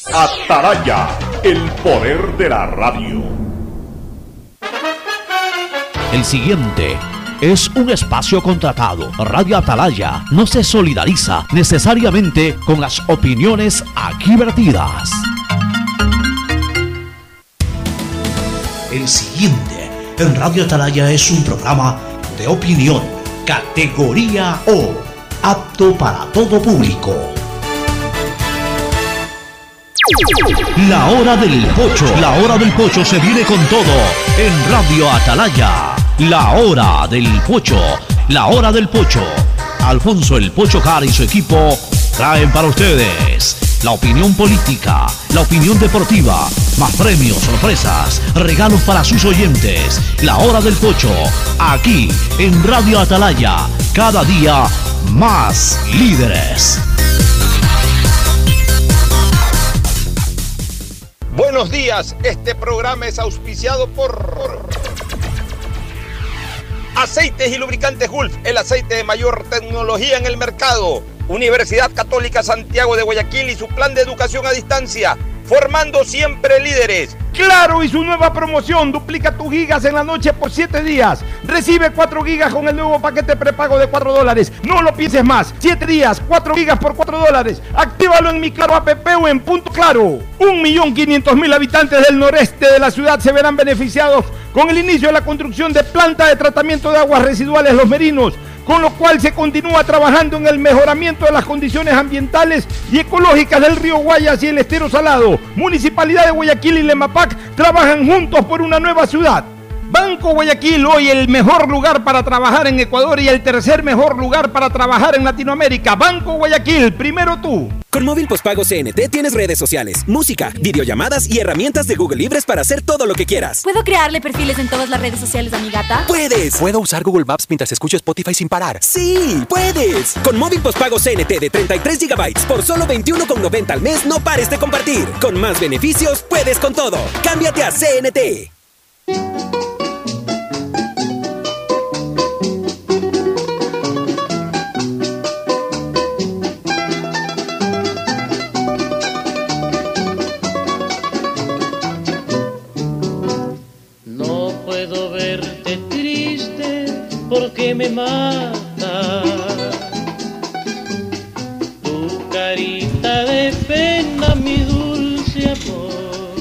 Atalaya, el poder de la radio. El siguiente es un espacio contratado. Radio Atalaya no se solidariza necesariamente con las opiniones aquí vertidas. El siguiente en Radio Atalaya es un programa de opinión, categoría O, apto para todo público. La hora del pocho. La hora del pocho se viene con todo en Radio Atalaya. La hora del pocho. La hora del pocho. Alfonso el Pocho Cara y su equipo traen para ustedes la opinión política, la opinión deportiva, más premios, sorpresas, regalos para sus oyentes. La hora del pocho, aquí en Radio Atalaya, cada día más líderes. Buenos días, este programa es auspiciado por Aceites y Lubricantes Gulf, el aceite de mayor tecnología en el mercado. Universidad Católica Santiago de Guayaquil y su plan de educación a distancia, formando siempre líderes. Claro y su nueva promoción, duplica tus gigas en la noche por 7 días. Recibe 4 gigas con el nuevo paquete prepago de $4. No lo pienses más, 7 días, 4 gigas por $4. Actívalo en Mi Claro app o en Punto Claro. 1.500.000 habitantes del noreste de la ciudad se verán beneficiados con el inicio de la construcción de planta de tratamiento de aguas residuales Los Merinos, con lo cual se continúa trabajando en el mejoramiento de las condiciones ambientales y ecológicas del río Guayas y el estero salado. Municipalidad de Guayaquil y Lemapac trabajan juntos por una nueva ciudad. Banco Guayaquil, hoy el mejor lugar para trabajar en Ecuador y el tercer mejor lugar para trabajar en Latinoamérica. Banco Guayaquil, primero tú. Con Móvil Postpago CNT tienes redes sociales, música, videollamadas y herramientas de Google Libres para hacer todo lo que quieras. ¿Puedo crearle perfiles en todas las redes sociales a mi gata? ¡Puedes! ¿Puedo usar Google Maps mientras escucho Spotify sin parar? ¡Sí! ¡Puedes! Con Móvil Postpago CNT de 33 GB por solo $21,90 al mes, no pares de compartir. Con más beneficios, puedes con todo. ¡Cámbiate a CNT! Porque me mata tu carita de pena, mi dulce amor.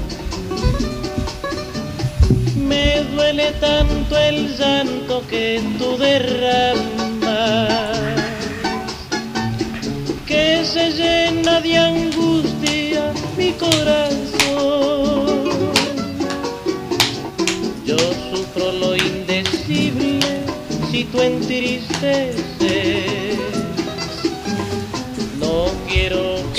Me duele tanto el llanto que tú derramas, que se llena de angustia mi corazón. Yo sufro lo indecible si tú entristeces. No quiero que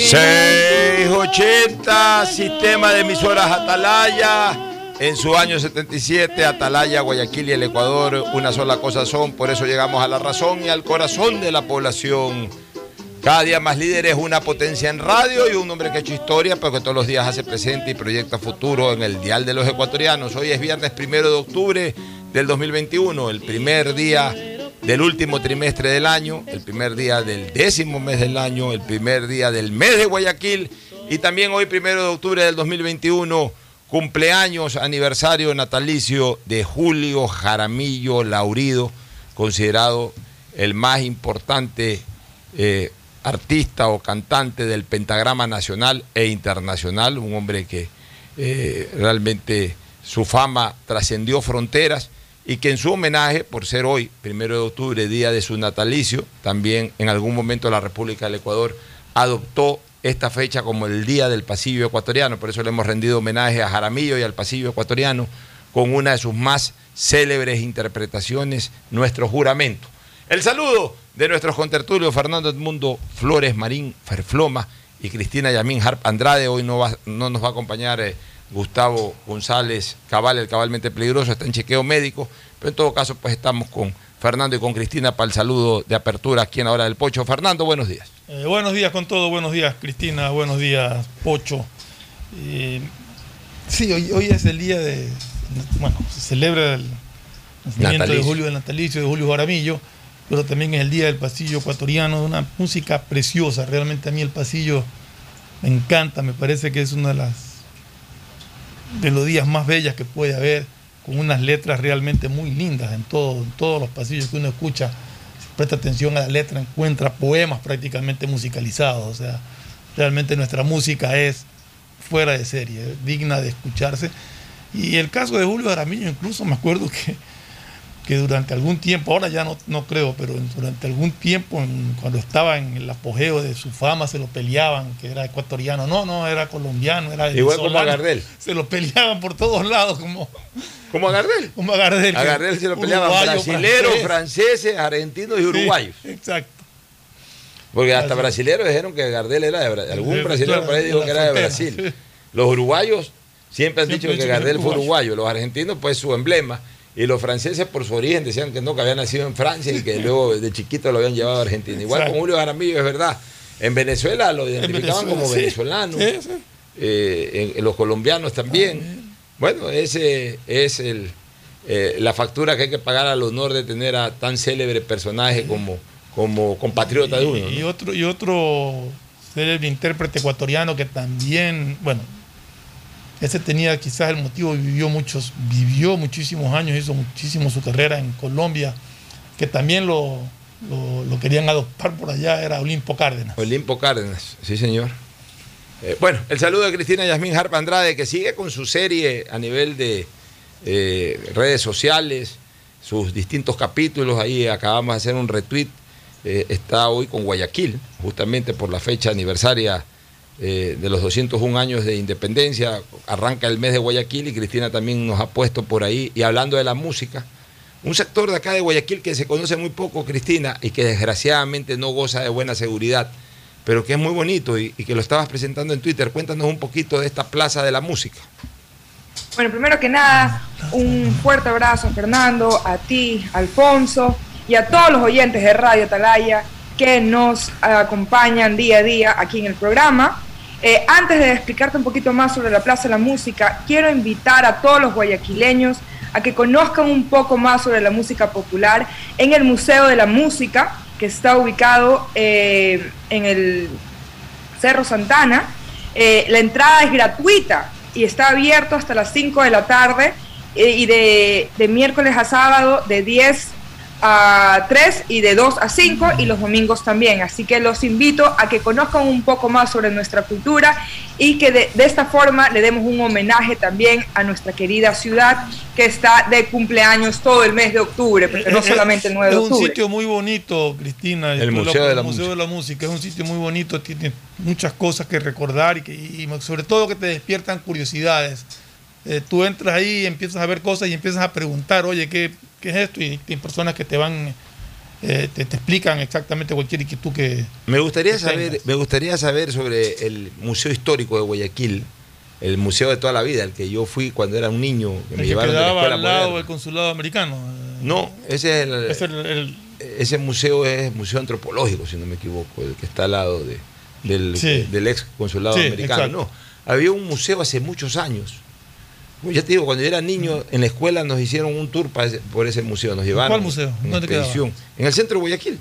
680, sistema de emisoras Atalaya. En su año 77, Atalaya, Guayaquil y el Ecuador, una sola cosa son. Por eso llegamos a la razón y al corazón de la población. Cada día más líderes, una potencia en radio y un hombre que ha hecho historia, pero que todos los días hace presente y proyecta futuro en el dial de los ecuatorianos. Hoy es viernes 1 de octubre del 2021, el primer día del último trimestre del año, el primer día del 10º mes del año, el primer día del mes de Guayaquil, y también hoy 1 de octubre del 2021, cumpleaños, aniversario natalicio de Julio Jaramillo Laurido, considerado el más importante artista o cantante del pentagrama nacional e internacional, un hombre que realmente su fama trascendió fronteras y que en su homenaje, por ser hoy, 1 de octubre, día de su natalicio, también en algún momento la República del Ecuador adoptó esta fecha como el Día del Pasillo Ecuatoriano. Por eso le hemos rendido homenaje a Jaramillo y al Pasillo Ecuatoriano con una de sus más célebres interpretaciones, Nuestro Juramento. El saludo de nuestros contertulios Fernando Edmundo Flores Marín Ferfloma y Cristina Yamín Harp Andrade. Hoy no nos va a acompañar Gustavo González Cabal, el cabalmente peligroso, está en chequeo médico, pero en todo caso pues estamos con Fernando y con Cristina para el saludo de apertura aquí en La Hora del Pocho. Fernando, buenos días. Buenos días con todo, buenos días Cristina, buenos días Pocho. Sí, hoy es el día de, bueno, se celebra el nacimiento de Julio, del natalicio de Julio Jaramillo, pero también es el día del Pasillo Ecuatoriano, de una música preciosa. Realmente a mí el Pasillo Me encanta, me parece que es una de las melodías más bellas que puede haber, con unas letras realmente muy lindas en todos los pasillos que uno escucha. Si presta atención a la letra, encuentra poemas prácticamente musicalizados. O sea, realmente nuestra música es fuera de serie, digna de escucharse. Y el caso de Julio Jaramillo, incluso me acuerdo que durante algún tiempo, ahora ya no creo, pero durante algún tiempo, cuando estaba en el apogeo de su fama, se lo peleaban, que era ecuatoriano, no, era colombiano, era venezolano. Igual como a Gardel. Se lo peleaban por todos lados, ¿Como a Gardel? Como a Gardel. A Gardel se lo peleaban brasileros, franceses, argentinos y uruguayos. Sí, exacto. Porque hasta brasileros dijeron que Gardel era de Brasil. Algún brasilero por ahí dijo que era de Brasil. Sí. Los uruguayos siempre han dicho que Gardel fue uruguayo. Los argentinos, pues su emblema. Y los franceses, por su origen, decían que no, que había nacido en Francia y que luego de chiquito lo habían llevado a Argentina. Igual con Julio Jaramillo, es verdad. En Venezuela lo identificaban como venezolano. En los colombianos también. Bueno, ese es la factura que hay que pagar al honor de tener a tan célebre personaje como compatriota de uno, ¿no? Y otro célebre intérprete ecuatoriano que también, bueno, ese tenía quizás el motivo, vivió muchísimos años, hizo muchísimo su carrera en Colombia, que también lo querían adoptar por allá, era Olimpo Cárdenas. Olimpo Cárdenas, sí señor. Bueno, el saludo de Cristina Yasmín Harp Andrade, que sigue con su serie a nivel de redes sociales, sus distintos capítulos. Ahí acabamos de hacer un retweet. Está hoy con Guayaquil, justamente por la fecha aniversaria de los 201 años de independencia. Arranca el mes de Guayaquil y Cristina también nos ha puesto por ahí. Y hablando de la música, un sector de acá de Guayaquil que se conoce muy poco, Cristina, y que desgraciadamente no goza de buena seguridad, pero que es muy bonito y que lo estabas presentando en Twitter. Cuéntanos un poquito de esta Plaza de la Música. Bueno, primero que nada, un fuerte abrazo a Fernando, a ti, Alfonso, y a todos los oyentes de Radio Atalaya que nos acompañan día a día aquí en el programa. Antes de explicarte un poquito más sobre la Plaza de la Música, quiero invitar a todos los guayaquileños a que conozcan un poco más sobre la música popular en el Museo de la Música, que está ubicado en el Cerro Santana. La entrada es gratuita y está abierto hasta las 5 de la tarde y de miércoles a sábado de 10 a 3 y de 2 a 5 y los domingos también. Así que los invito a que conozcan un poco más sobre nuestra cultura y que de esta forma le demos un homenaje también a nuestra querida ciudad, que está de cumpleaños todo el mes de octubre, porque no solamente el 9 de octubre. Es un sitio muy bonito, Cristina. El Museo de la Música es un sitio muy bonito, tiene muchas cosas que recordar y sobre todo que te despiertan curiosidades. Tú entras ahí y empiezas a ver cosas y empiezas a preguntar, oye, ¿qué es esto? Y hay personas que te van, te explican exactamente cualquier inquietud que me gustaría saber sobre el Museo Histórico de Guayaquil, el museo de toda la vida, el que yo fui cuando era un niño, que me llevaron de la escuela al lado del consulado americano. No, ese es ese museo es museo antropológico, si no me equivoco, el que está al lado del ex consulado americano. Exacto. No, había un museo hace muchos años. Ya te digo, cuando yo era niño, en la escuela nos hicieron un tour por ese museo. Nos llevaron. ¿Cuál museo? ¿Dónde quedaba? En el centro de Guayaquil.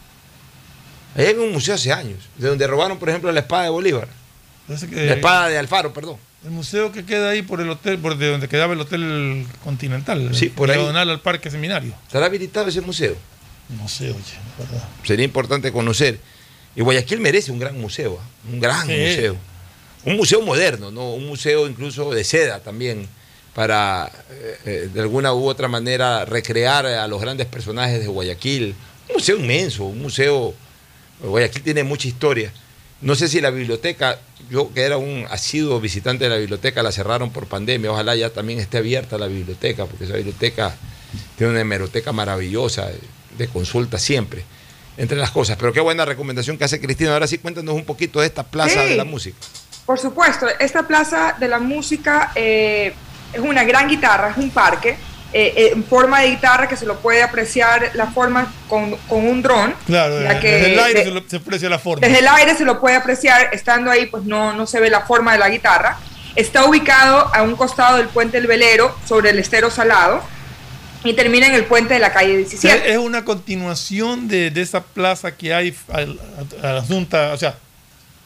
Ahí hay un museo hace años, de donde robaron, por ejemplo, la espada de Bolívar. La espada de Alfaro, perdón. El museo que queda ahí por el hotel, por de donde quedaba el Hotel Continental. Sí, por ahí. Diagonal al Parque Seminario. ¿Estará habilitado ese museo? No sé, oye, verdad. Sería importante conocer. Y Guayaquil merece un gran museo, un gran museo. Un museo moderno, ¿no? Un museo incluso de seda también, para de alguna u otra manera recrear a los grandes personajes de Guayaquil. Un museo inmenso, un museo. Guayaquil tiene mucha historia. No sé si la biblioteca, yo que era un asiduo visitante de la biblioteca, la cerraron por pandemia. Ojalá ya también esté abierta la biblioteca, porque esa biblioteca tiene una hemeroteca maravillosa de consulta siempre, entre las cosas. Pero qué buena recomendación que hace Cristina. Ahora sí, cuéntanos un poquito de esta Plaza de la Música. Por supuesto, esta Plaza de la Música es una gran guitarra, es un parque en forma de guitarra que se lo puede apreciar la forma con un dron. Claro, desde el aire se aprecia la forma. Desde el aire se lo puede apreciar, estando ahí pues no se ve la forma de la guitarra. Está ubicado a un costado del puente del Velero, sobre el Estero Salado, y termina en el puente de la calle 17. Es una continuación de esa plaza que hay a la Junta, o sea,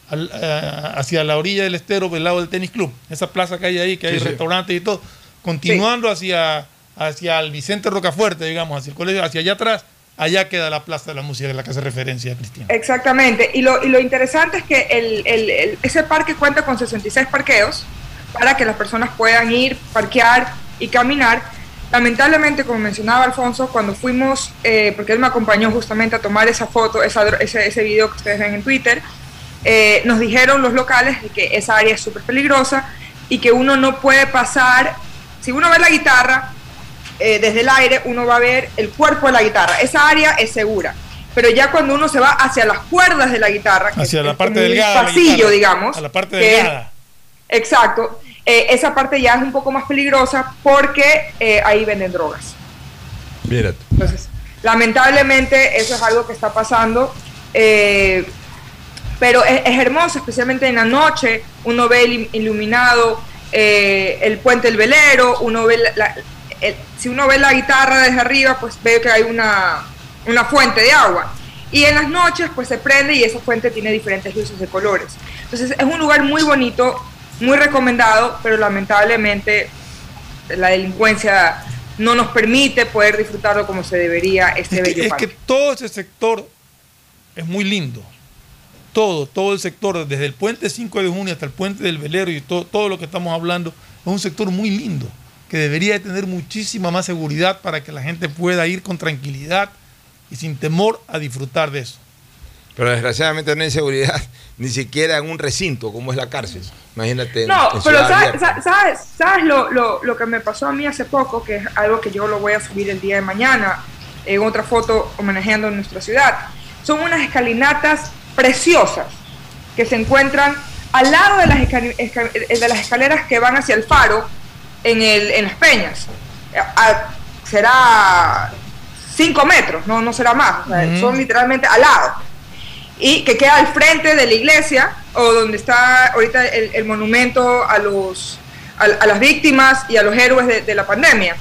hacia la orilla del estero, del lado del tenis club, esa plaza que hay ahí, que hay restaurantes y todo, continuando hacia el Vicente Rocafuerte, digamos, hacia el colegio, hacia allá atrás, allá queda la Plaza de la Música, de la que hace referencia Cristina. Exactamente, y lo interesante es que ese parque cuenta con 66 parqueos para que las personas puedan ir, parquear y caminar. Lamentablemente, como mencionaba Alfonso, cuando fuimos, porque él me acompañó justamente a tomar esa foto, ese video que ustedes ven en Twitter, nos dijeron los locales de que esa área es súper peligrosa y que uno no puede pasar. Si uno ve la guitarra desde el aire, uno va a ver el cuerpo de la guitarra. Esa área es segura, pero ya cuando uno se va hacia las cuerdas de la guitarra, hacia la parte delgada, pasillo, digamos, a la parte delgada. Exacto, esa parte ya es un poco más peligrosa porque ahí venden drogas. Mírate. Entonces, lamentablemente eso es algo que está pasando, pero es hermoso, especialmente en la noche. Uno ve iluminado el puente del velero, uno ve si uno ve la guitarra desde arriba, pues ve que hay una fuente de agua, y en las noches pues se prende y esa fuente tiene diferentes luces de colores. Entonces es un lugar muy bonito, muy recomendado, pero lamentablemente la delincuencia no nos permite poder disfrutarlo como se debería bello parque. Es que todo ese sector es muy lindo, todo el sector, desde el puente 5 de junio hasta el puente del velero y todo lo que estamos hablando, es un sector muy lindo, que debería de tener muchísima más seguridad para que la gente pueda ir con tranquilidad y sin temor a disfrutar de eso. Pero desgraciadamente no hay seguridad ni siquiera en un recinto como es la cárcel. Imagínate. No, pero ¿sabes lo que me pasó a mí hace poco? Que es algo que yo lo voy a subir el día de mañana en otra foto homenajeando nuestra ciudad. Son unas escalinatas preciosas que se encuentran al lado de las escaleras que van hacia el faro en las Peñas. Será 5 metros, no será más, o sea, son literalmente al lado, y que queda al frente de la iglesia, o donde está ahorita el monumento a las víctimas y a los héroes de la pandemia.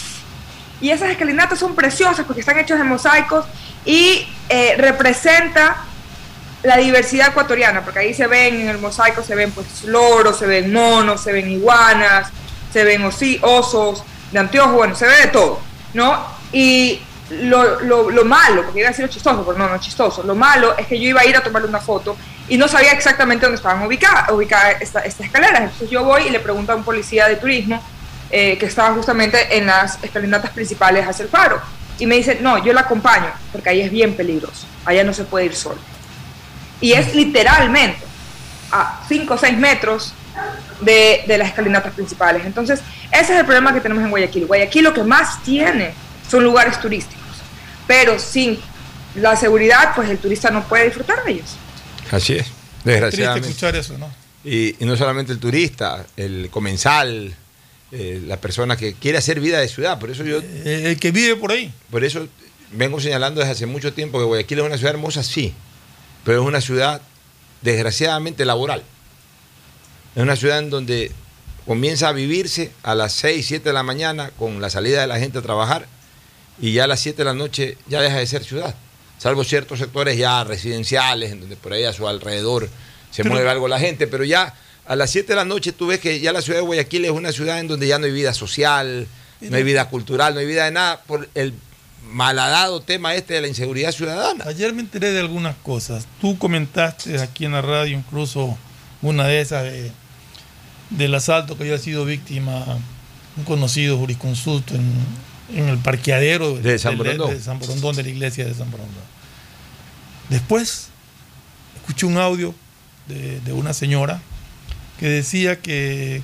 Y esas escalinatas son preciosas porque están hechas de mosaicos y representa la diversidad ecuatoriana, porque ahí se ven, en el mosaico se ven pues loros, se ven monos, se ven iguanas, se ven osos de anteojos, bueno, se ve de todo, ¿no? Y lo malo, porque iba a decir lo chistoso, pero no es chistoso, lo malo es que yo iba a ir a tomarle una foto y no sabía exactamente dónde estaban ubicadas estas escaleras. Entonces yo voy y le pregunto a un policía de turismo que estaba justamente en las escalinatas principales hacia el faro, y me dice, no, yo la acompaño, porque ahí es bien peligroso, allá no se puede ir solo. Y es literalmente a 5 o 6 metros de las escalinatas principales. Entonces, ese es el problema que tenemos en Guayaquil. Guayaquil lo que más tiene son lugares turísticos, pero sin la seguridad, pues el turista no puede disfrutar de ellos. Así es, desgraciadamente. Triste escuchar eso, ¿no? Y no solamente el turista, el comensal, la persona que quiere hacer vida de ciudad. Por eso yo... el que vive por ahí. Por eso vengo señalando desde hace mucho tiempo que Guayaquil es una ciudad hermosa, sí, pero es una ciudad desgraciadamente laboral. Es una ciudad en donde comienza a vivirse a las 6, 7 de la mañana con la salida de la gente a trabajar, y ya a las 7 de la noche ya deja de ser ciudad, salvo ciertos sectores ya residenciales, en donde por ahí a su alrededor se mueve algo la gente, pero ya a las 7 de la noche tú ves que ya la ciudad de Guayaquil es una ciudad en donde ya no hay vida social, no hay vida cultural, no hay vida de nada, por el malhadado tema de la inseguridad ciudadana. Ayer me enteré de algunas cosas. Tú comentaste aquí en la radio incluso una de esas del asalto que había sido víctima un conocido jurisconsulto en el parqueadero de San Borondón, de la iglesia de San Borondón. Después escuché un audio de una señora que decía que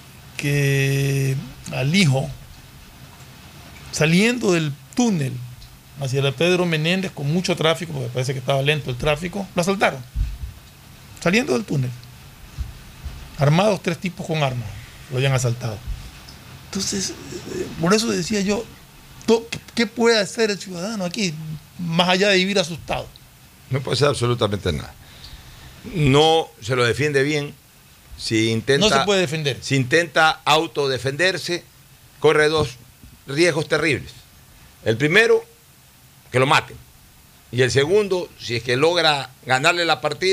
al hijo, saliendo del túnel hacia la Pedro Menéndez con mucho tráfico, porque parece que estaba lento el tráfico, lo asaltaron, saliendo del túnel, armados 3 tipos con armas, lo habían asaltado. Entonces, por eso decía yo, ¿qué puede hacer el ciudadano aquí, más allá de vivir asustado? No puede hacer absolutamente nada. No se lo defiende bien. No se puede defender. Si intenta autodefenderse, corre 2 riesgos terribles. El primero, que lo maten. Y el segundo, si es que logra ganarle la partida,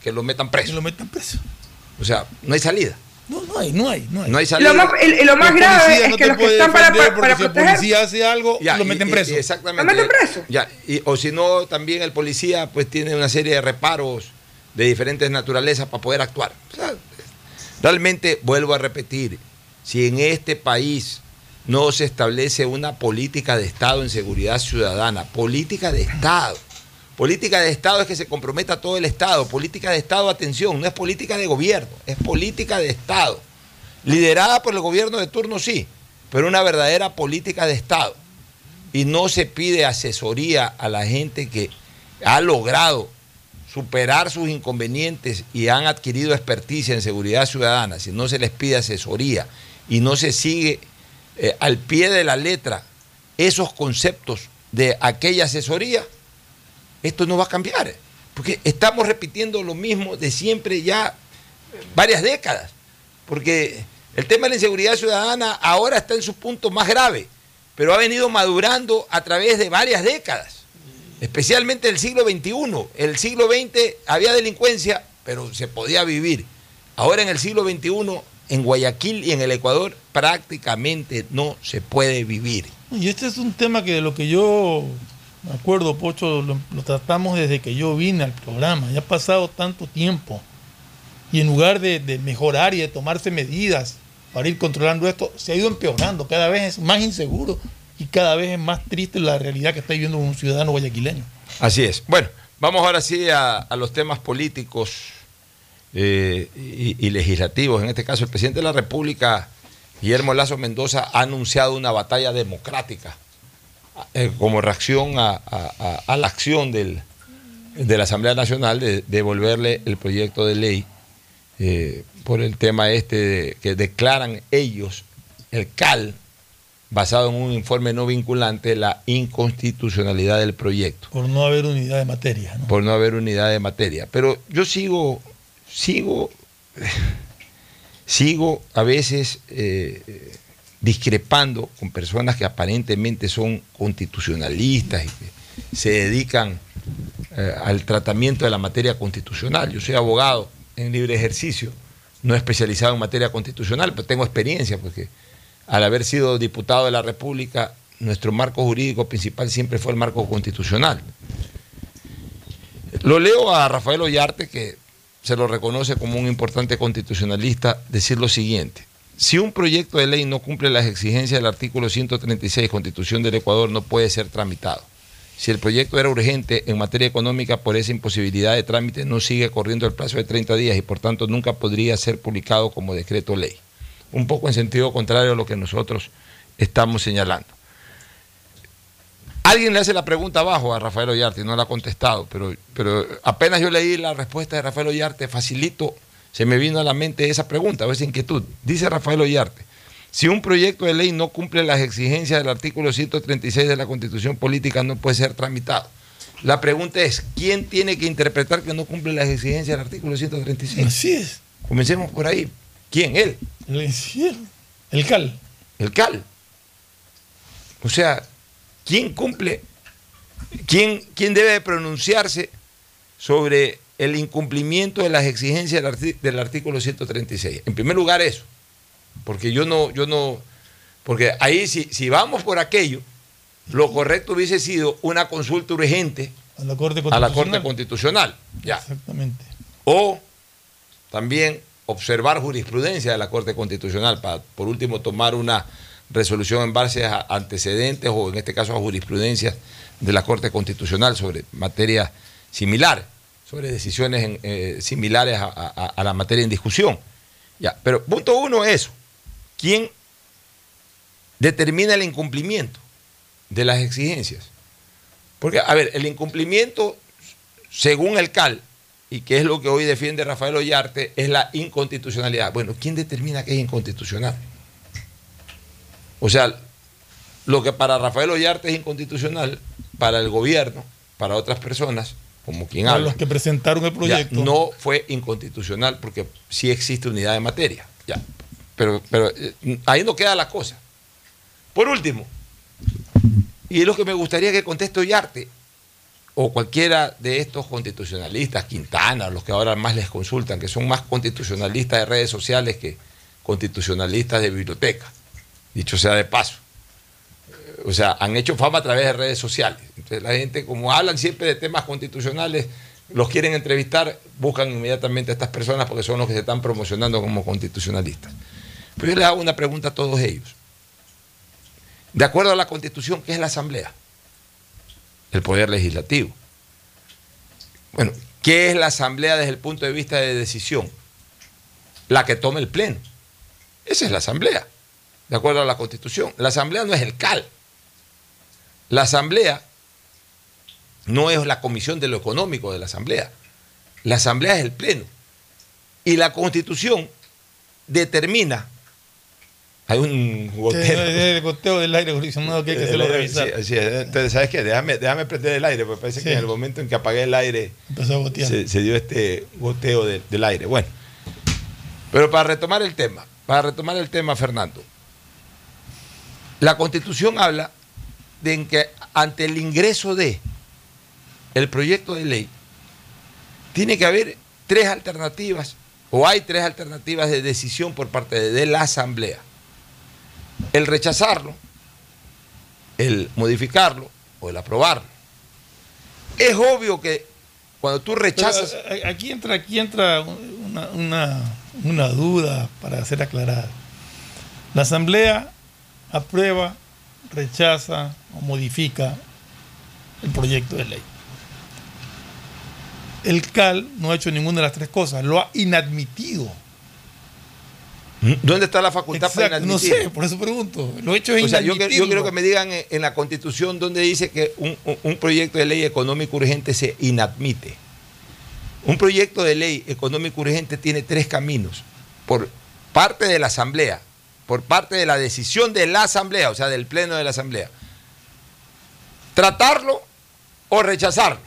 que lo metan preso. Que lo metan preso. O sea, no hay salida. No hay. No hay salida. Lo más grave es que los que están para si el proteger... policía hace algo, lo meten preso. Exactamente. ¿Lo meten preso? O si no, también el policía pues tiene una serie de reparos de diferentes naturalezas para poder actuar. O sea, realmente, vuelvo a repetir, si en este país no se establece una política de Estado en seguridad ciudadana, política de Estado es que se comprometa todo el Estado, política de Estado, atención, no es política de gobierno, es política de Estado, liderada por el gobierno de turno, sí, pero una verdadera política de Estado. Y no se pide asesoría a la gente que ha logrado superar sus inconvenientes y han adquirido experticia en seguridad ciudadana, si no se les pide asesoría y no se sigue al pie de la letra esos conceptos de aquella asesoría, esto no va a cambiar, porque estamos repitiendo lo mismo de siempre ya varias décadas, porque el tema de la inseguridad ciudadana ahora está en su punto más grave, pero ha venido madurando a través de varias décadas, especialmente el siglo XXI. El siglo XX había delincuencia, pero se podía vivir. Ahora en el siglo XXI, en Guayaquil y en el Ecuador, prácticamente no se puede vivir. Y este es un tema que de lo que yo me acuerdo, Pocho, lo tratamos desde que yo vine al programa. Ya ha pasado tanto tiempo. Y en lugar de mejorar y de tomarse medidas para ir controlando esto, se ha ido empeorando. Cada vez es más inseguro y cada vez es más triste la realidad que está viviendo un ciudadano guayaquileño. Así es. Bueno, vamos ahora sí a los temas políticos y legislativos. En este caso, el presidente de la República, Guillermo Lasso Mendoza, ha anunciado una batalla democrática como reacción a la acción de la Asamblea Nacional de devolverle el proyecto de ley por el tema que declaran ellos, el CAL, basado en un informe no vinculante, la inconstitucionalidad del proyecto. Por no haber unidad de materia, ¿no? Por no haber unidad de materia. Pero yo sigo a veces discrepando con personas que aparentemente son constitucionalistas y que se dedican al tratamiento de la materia constitucional. Yo soy abogado en libre ejercicio, no especializado en materia constitucional, pero tengo experiencia porque al haber sido diputado de la República, nuestro marco jurídico principal siempre fue el marco constitucional. Lo leo a Rafael Ollarte, que se lo reconoce como un importante constitucionalista, decir lo siguiente: si un proyecto de ley no cumple las exigencias del artículo 136, Constitución del Ecuador, no puede ser tramitado. Si el proyecto era urgente en materia económica, por esa imposibilidad de trámite no sigue corriendo el plazo de 30 días y por tanto nunca podría ser publicado como decreto ley. Un poco en sentido contrario a lo que nosotros estamos señalando. Alguien le hace la pregunta abajo a Rafael Ollarte y no la ha contestado, pero apenas yo leí la respuesta de Rafael Ollarte, facilito, se me vino a la mente esa pregunta, o esa inquietud. Dice Rafael Ollarte: si un proyecto de ley no cumple las exigencias del artículo 136 de la Constitución Política, no puede ser tramitado. La pregunta es: ¿quién tiene que interpretar que no cumple las exigencias del artículo 136? Así es. Comencemos por ahí. ¿Quién? Él. El CAL. El CAL. O sea, ¿quién cumple? ¿Quién debe pronunciarse sobre el incumplimiento de las exigencias del artículo 136? En primer lugar, eso. Porque porque ahí si vamos por aquello, lo correcto hubiese sido una consulta urgente a la Corte Constitucional. Ya. Exactamente. O también observar jurisprudencia de la Corte Constitucional para, por último, tomar una resolución en base a antecedentes o, en este caso, a jurisprudencias de la Corte Constitucional sobre materia similar, sobre decisiones similares a la materia en discusión. Ya, pero punto uno es: ¿quién determina el incumplimiento de las exigencias? Porque, a ver, el incumplimiento, según el CAL, y que es lo que hoy defiende Rafael Ollarte, es la inconstitucionalidad. Bueno, ¿quién determina que es inconstitucional? O sea, lo que para Rafael Ollarte es inconstitucional, para el gobierno, para otras personas, como quien habla, los que presentaron el proyecto, ya, no fue inconstitucional porque sí existe unidad de materia. Ya. Pero ahí no queda la cosa. Por último, y es lo que me gustaría que conteste Ollarte, o cualquiera de estos constitucionalistas, Quintana, los que ahora más les consultan, que son más constitucionalistas de redes sociales que constitucionalistas de biblioteca, dicho sea de paso. O sea, han hecho fama a través de redes sociales. Entonces la gente, como hablan siempre de temas constitucionales, los quieren entrevistar, buscan inmediatamente a estas personas porque son los que se están promocionando como constitucionalistas. Pero yo les hago una pregunta a todos ellos. De acuerdo a la Constitución, ¿qué es la Asamblea? El poder legislativo. Bueno, ¿qué es la Asamblea desde el punto de vista de decisión? La que toma el Pleno. Esa es la Asamblea, de acuerdo a la Constitución. La Asamblea no es el CAL. La Asamblea no es la Comisión de lo Económico de la Asamblea. La Asamblea es el Pleno. Y la Constitución determina. Hay un goteo. El goteo del aire acondicionado que hay que hacerlo revisar. Sí, entonces, ¿sabes qué? Déjame prender el aire, porque parece que en el momento en que apagué el aire empezó a gotear. Se dio este goteo del aire. Bueno, pero para retomar el tema, Fernando, la Constitución habla de que ante el ingreso de el proyecto de ley tiene que haber tres alternativas, o hay tres alternativas de decisión por parte de la Asamblea: el rechazarlo, el modificarlo o el aprobarlo. Es obvio que cuando tú rechazas... Pero aquí entra una duda para ser aclarada. La Asamblea aprueba, rechaza o modifica el proyecto de ley. El CAL no ha hecho ninguna de las tres cosas, lo ha inadmitido. ¿Dónde está la facultad para inadmitir? No sé, por eso pregunto. Lo hecho es inadmitido. Yo quiero que me digan en la Constitución donde dice que un proyecto de ley económico urgente se inadmite. Un proyecto de ley económico urgente tiene tres caminos. Por parte de la Asamblea, por parte de la decisión de la Asamblea, o sea, del Pleno de la Asamblea. Tratarlo o rechazarlo.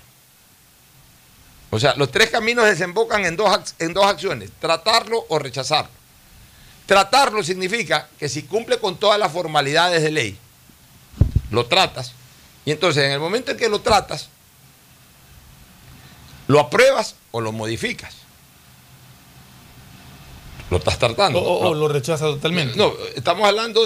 O sea, los tres caminos desembocan en dos acciones: tratarlo o rechazarlo. Tratarlo significa que si cumple con todas las formalidades de ley, lo tratas, y entonces en el momento en que lo tratas, lo apruebas o lo modificas. Lo estás tratando. O lo rechazas totalmente. No, estamos hablando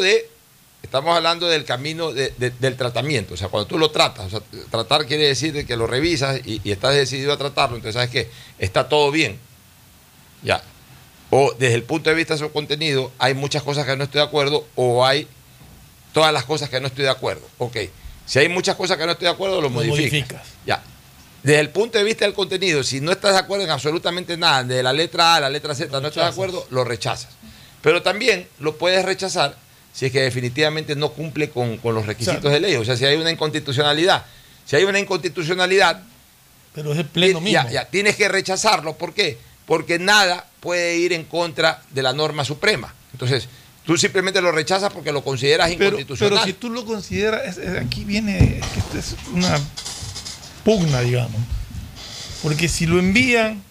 del camino del tratamiento. O sea, cuando tú lo tratas, o sea, tratar quiere decir que lo revisas y estás decidido a tratarlo, entonces sabes que está todo bien. Ya. O desde el punto de vista de su contenido, hay muchas cosas que no estoy de acuerdo, o hay todas las cosas que no estoy de acuerdo. Ok. Si hay muchas cosas que no estoy de acuerdo, lo modificas. Ya. Desde el punto de vista del contenido, si no estás de acuerdo en absolutamente nada, de la letra A a la letra Z, no estás de acuerdo, lo rechazas. Pero también lo puedes rechazar si es que definitivamente no cumple con los requisitos de ley. O sea, si hay una inconstitucionalidad. Si hay una inconstitucionalidad... Pero es el Pleno mismo. Ya, tienes que rechazarlo. ¿Por qué? Porque nada puede ir en contra de la norma suprema. Entonces, tú simplemente lo rechazas porque lo consideras inconstitucional. Pero si tú lo consideras, aquí viene, esto es una pugna, digamos. Porque si lo envían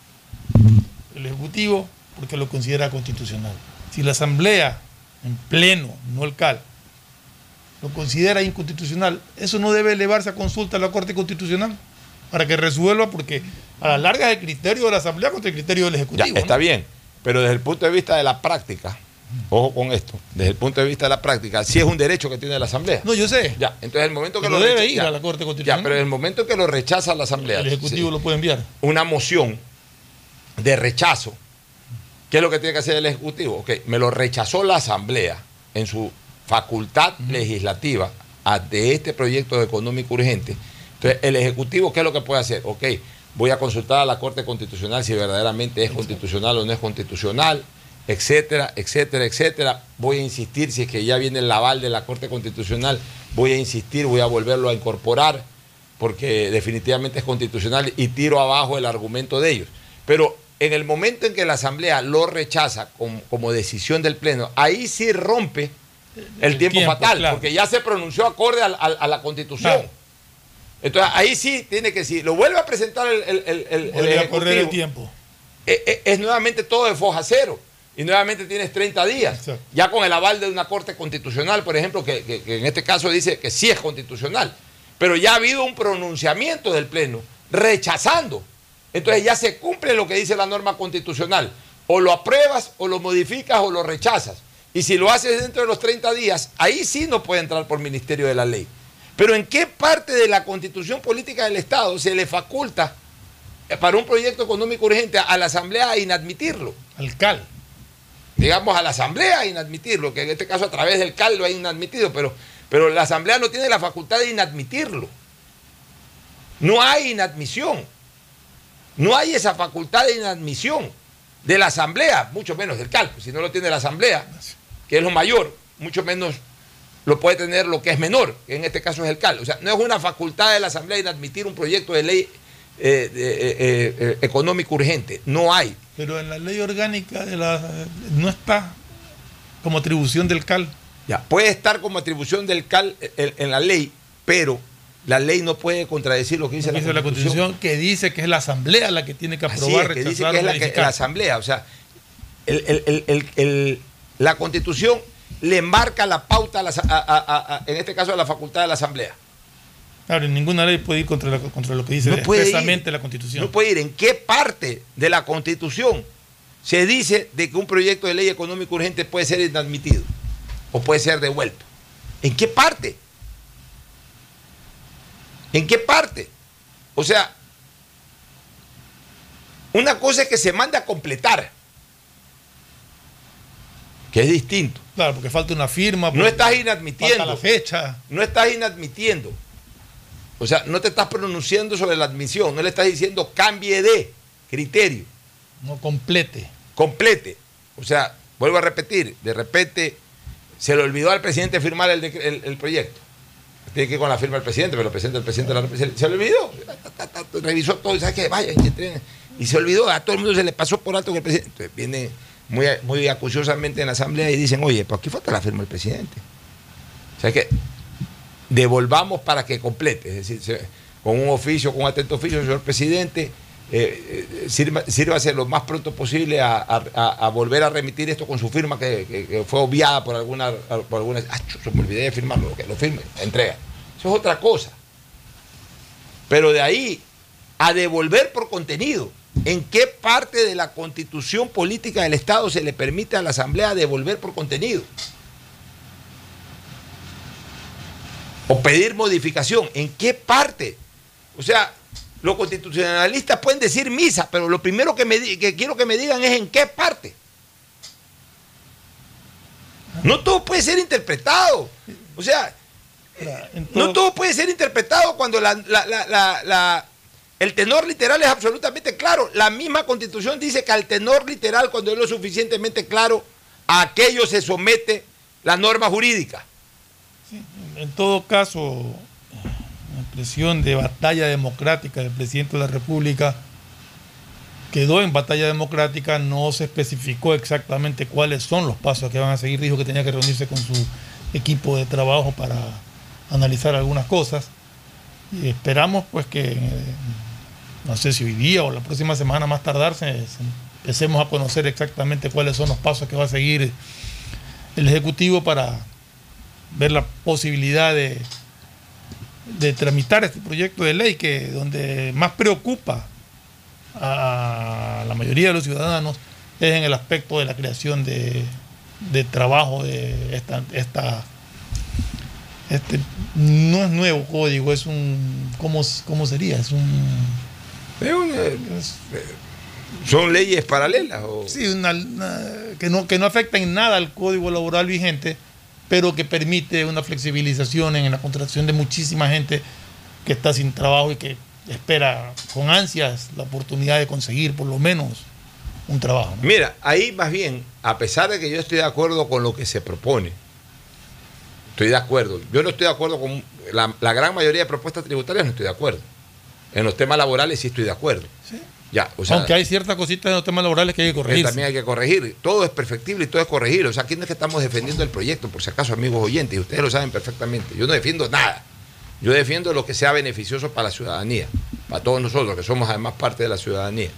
el Ejecutivo, porque lo considera constitucional. Si la Asamblea, en pleno, no el CAL, lo considera inconstitucional, eso no debe elevarse a consulta a la Corte Constitucional para que resuelva, porque a la larga es el criterio de la Asamblea contra el criterio del Ejecutivo. Ya, está bien, pero desde el punto de vista de la práctica, ojo con esto, desde el punto de vista de la práctica, sí es un derecho que tiene la Asamblea. No, yo sé. Ya, entonces el momento que lo debe ir a la Corte Constitucional. Ya, pero en el momento que lo rechaza la Asamblea, el Ejecutivo lo puede enviar. Una moción de rechazo. ¿Qué es lo que tiene que hacer el Ejecutivo? Ok, me lo rechazó la Asamblea en su facultad legislativa ante este proyecto económico urgente. Entonces, el Ejecutivo, ¿qué es lo que puede hacer? Ok, voy a consultar a la Corte Constitucional si verdaderamente es constitucional o no es constitucional, etcétera, etcétera, etcétera. Voy a insistir, si es que ya viene el aval de la Corte Constitucional, voy a insistir, voy a volverlo a incorporar, porque definitivamente es constitucional y tiro abajo el argumento de ellos. Pero en el momento en que la Asamblea lo rechaza como decisión del Pleno, ahí sí rompe el tiempo fatal, claro, porque ya se pronunció acorde a la Constitución. Claro. Entonces ahí sí tiene que, si lo vuelve a presentar el Ejecutivo, correr el tiempo. Es nuevamente todo de foja cero. Y nuevamente tienes 30 días. Exacto. Ya con el aval de una Corte Constitucional, por ejemplo, que en este caso dice que sí es constitucional. pero ya ha habido un pronunciamiento del Pleno rechazando. Entonces ya se cumple lo que dice la norma constitucional. O lo apruebas, o lo modificas, o lo rechazas. Y si lo haces dentro de los 30 días, ahí sí no puede entrar por Ministerio de la Ley. Pero ¿en qué parte de la Constitución Política del Estado se le faculta para un proyecto económico urgente a la Asamblea a inadmitirlo? Al CAL. Digamos, a la Asamblea a inadmitirlo, que en este caso a través del CAL lo ha inadmitido, pero la Asamblea no tiene la facultad de inadmitirlo. No hay inadmisión. No hay esa facultad de inadmisión de la Asamblea, mucho menos del CAL. Si no lo tiene la Asamblea, que es lo mayor, mucho menos lo puede tener lo que es menor, que en este caso es el CAL. O sea, no es una facultad de la Asamblea inadmitir un proyecto de ley económico urgente. No hay. Pero en la ley orgánica no está como atribución del CAL. Ya, puede estar como atribución del CAL en la ley, pero la ley no puede contradecir lo que dice la Constitución, que dice que es la Asamblea la que tiene que aprobar, que dice que es la Asamblea. O sea, la Constitución le marca la pauta en este caso a la facultad de la Asamblea. Claro, en ninguna ley puede ir contra lo que dice expresamente la Constitución. No puede ir. ¿En qué parte de la Constitución se dice de que un proyecto de ley económico urgente puede ser inadmitido o puede ser devuelto? ¿En qué parte? ¿En qué parte? O sea, una cosa es que se manda a completar, que es distinto. Claro, porque falta una firma. No estás inadmitiendo. Falta la fecha. No estás inadmitiendo. O sea, no te estás pronunciando sobre la admisión, no le estás diciendo cambie de criterio. No, complete. Complete. O sea, vuelvo a repetir, de repente se le olvidó al presidente firmar el proyecto. Tiene que ir con la firma del presidente, pero el presidente se le olvidó. Revisó todo, ¿sabes qué? Vaya, y se olvidó, a todo el mundo se le pasó por alto que el presidente. Entonces viene muy acuciosamente en la Asamblea y dicen, oye, pues aquí falta la firma del presidente. O sea que devolvamos para que complete, es decir, con un oficio, con un atento oficio, señor presidente, sírvase lo más pronto posible a volver a remitir esto con su firma que fue obviada por alguna se me olvidé de firmarlo, que lo firme, entrega. Eso es otra cosa. Pero de ahí a devolver por contenido, ¿en qué parte de la Constitución Política del Estado se le permite a la Asamblea devolver por contenido? O pedir modificación, ¿en qué parte? O sea, los constitucionalistas pueden decir misa, pero lo primero que quiero que me digan es en qué parte. No todo puede ser interpretado. O sea, no todo puede ser interpretado cuando el tenor literal es absolutamente claro. La misma Constitución dice que al tenor literal, cuando es lo suficientemente claro, a aquello se somete la norma jurídica. Sí, en todo caso, la expresión de batalla democrática del presidente de la República quedó en batalla democrática, no se especificó exactamente cuáles son los pasos que van a seguir. Dijo que tenía que reunirse con su equipo de trabajo para analizar algunas cosas. Y esperamos pues que, no sé si hoy día o la próxima semana más tardarse, empecemos a conocer exactamente cuáles son los pasos que va a seguir el Ejecutivo para ver la posibilidad de tramitar este proyecto de ley, que donde más preocupa a la mayoría de los ciudadanos es en el aspecto de la creación de trabajo, de este no es nuevo código, es un ¿cómo sería? ¿Son leyes paralelas? Sí, que no afecta en nada al código laboral vigente, pero que permite una flexibilización en la contratación de muchísima gente que está sin trabajo y que espera con ansias la oportunidad de conseguir por lo menos un trabajo, ¿no? Mira, ahí más bien, a pesar de que yo estoy de acuerdo con lo que se propone, estoy de acuerdo. Yo no estoy de acuerdo con la gran mayoría de propuestas tributarias, no estoy de acuerdo. En los temas laborales sí estoy de acuerdo. ¿Sí? Ya, o sea, aunque hay ciertas cositas en los temas laborales que hay que corregir. También hay que corregir. Todo es perfectible y todo es corregible. O sea, aquí no es que estamos defendiendo el proyecto, por si acaso, amigos oyentes, y ustedes lo saben perfectamente. Yo no defiendo nada. Yo defiendo lo que sea beneficioso para la ciudadanía, para todos nosotros, que somos además parte de la ciudadanía.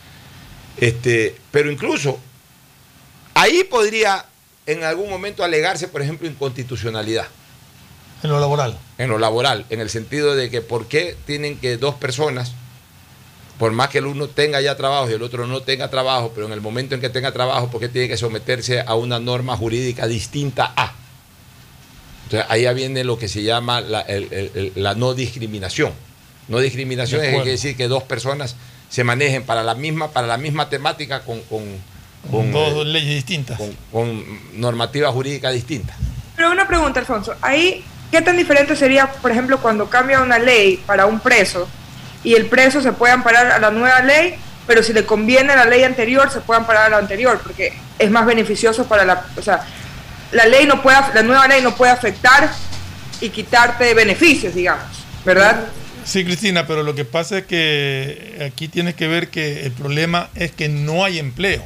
Pero incluso ahí podría en algún momento alegarse, por ejemplo, inconstitucionalidad. En lo laboral. En lo laboral, en el sentido de que por qué tienen que dos personas, por más que el uno tenga ya trabajo y el otro no tenga trabajo, pero en el momento en que tenga trabajo, ¿por qué tiene que someterse a una norma jurídica distinta a? Entonces ahí ya viene lo que se llama la no discriminación. No discriminación es decir que dos personas se manejen para la misma temática con dos leyes distintas. Con normativa jurídica distinta. Pero una pregunta, Alfonso, ahí, ¿qué tan diferente sería, por ejemplo, cuando cambia una ley para un preso y el preso se puede amparar a la nueva ley, pero si le conviene a la ley anterior, se puede amparar a la anterior, porque es más beneficioso para la nueva ley no puede afectar y quitarte beneficios, digamos, ¿verdad? Sí, Cristina, pero lo que pasa es que aquí tienes que ver que el problema es que no hay empleo.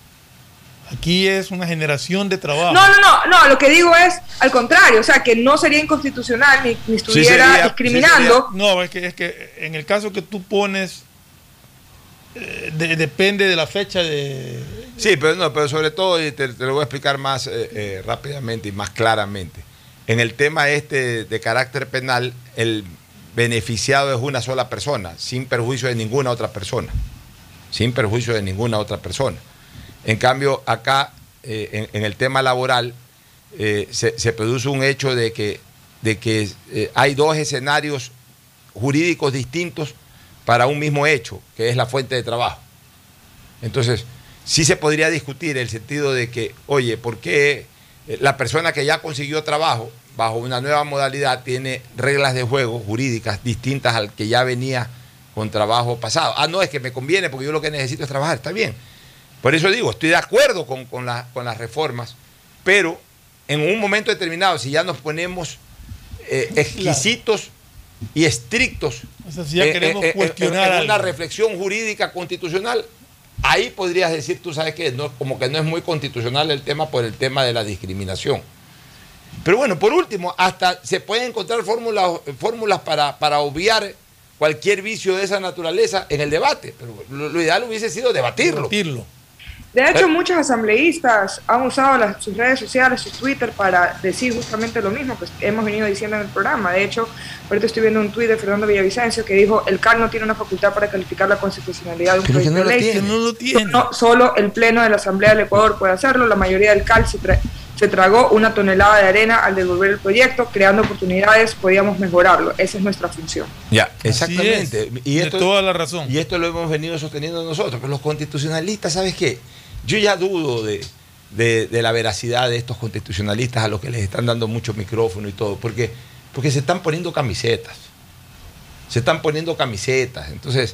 Aquí es una generación de trabajo. No, lo que digo es al contrario, o sea, que no sería inconstitucional ni estuviera discriminando. No, es que en el caso que tú pones, depende de la fecha de... Sí, pero sobre todo, y te lo voy a explicar más rápidamente y más claramente. En el tema de carácter penal, el beneficiado es una sola persona, sin perjuicio de ninguna otra persona. Sin perjuicio de ninguna otra persona. En cambio, acá, en el tema laboral, se produce un hecho de que hay dos escenarios jurídicos distintos para un mismo hecho, que es la fuente de trabajo. Entonces, sí se podría discutir el sentido de que, oye, ¿por qué la persona que ya consiguió trabajo bajo una nueva modalidad tiene reglas de juego jurídicas distintas al que ya venía con trabajo pasado? No, es que me conviene porque yo lo que necesito es trabajar, está bien. Por eso digo, estoy de acuerdo con las reformas, pero en un momento determinado, si ya nos ponemos exquisitos y estrictos, o sea, si ya queremos cuestionar en una reflexión jurídica constitucional, ahí podrías decir, tú sabes que como que no es muy constitucional el tema por el tema de la discriminación. Pero bueno, por último, hasta se pueden encontrar fórmulas para obviar cualquier vicio de esa naturaleza en el debate, pero lo ideal hubiese sido debatirlo. De hecho, muchos asambleístas han usado sus redes sociales, sus Twitter, para decir justamente lo mismo que hemos venido diciendo en el programa. De hecho, ahorita estoy viendo un tuit de Fernando Villavicencio que dijo: el CAL no tiene una facultad para calificar la constitucionalidad de un proyecto de ley. No lo tiene. Solo el Pleno de la Asamblea del Ecuador puede hacerlo. La mayoría del CAL se tragó una tonelada de arena al devolver el proyecto, creando oportunidades, podíamos mejorarlo. Esa es nuestra función. Ya, exactamente. Y esto, de toda la razón. Y esto lo hemos venido sosteniendo nosotros. Pero los constitucionalistas, ¿sabes qué? Yo ya dudo de la veracidad de estos constitucionalistas a los que les están dando mucho micrófono y todo, porque se están poniendo camisetas. Se están poniendo camisetas. Entonces,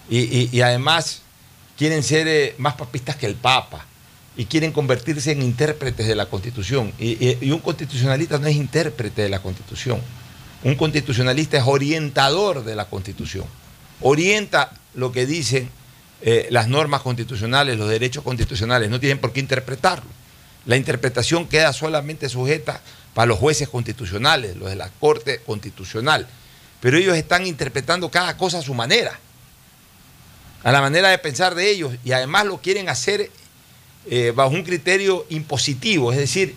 y además quieren ser más papistas que el Papa. Y quieren convertirse en intérpretes de la Constitución. Y un constitucionalista no es intérprete de la Constitución. Un constitucionalista es orientador de la Constitución. Orienta lo que dicen las normas constitucionales, los derechos constitucionales. No tienen por qué interpretarlo. La interpretación queda solamente sujeta para los jueces constitucionales, los de la Corte Constitucional. Pero ellos están interpretando cada cosa a su manera, a la manera de pensar de ellos. Y además lo quieren hacer bajo un criterio impositivo, es decir,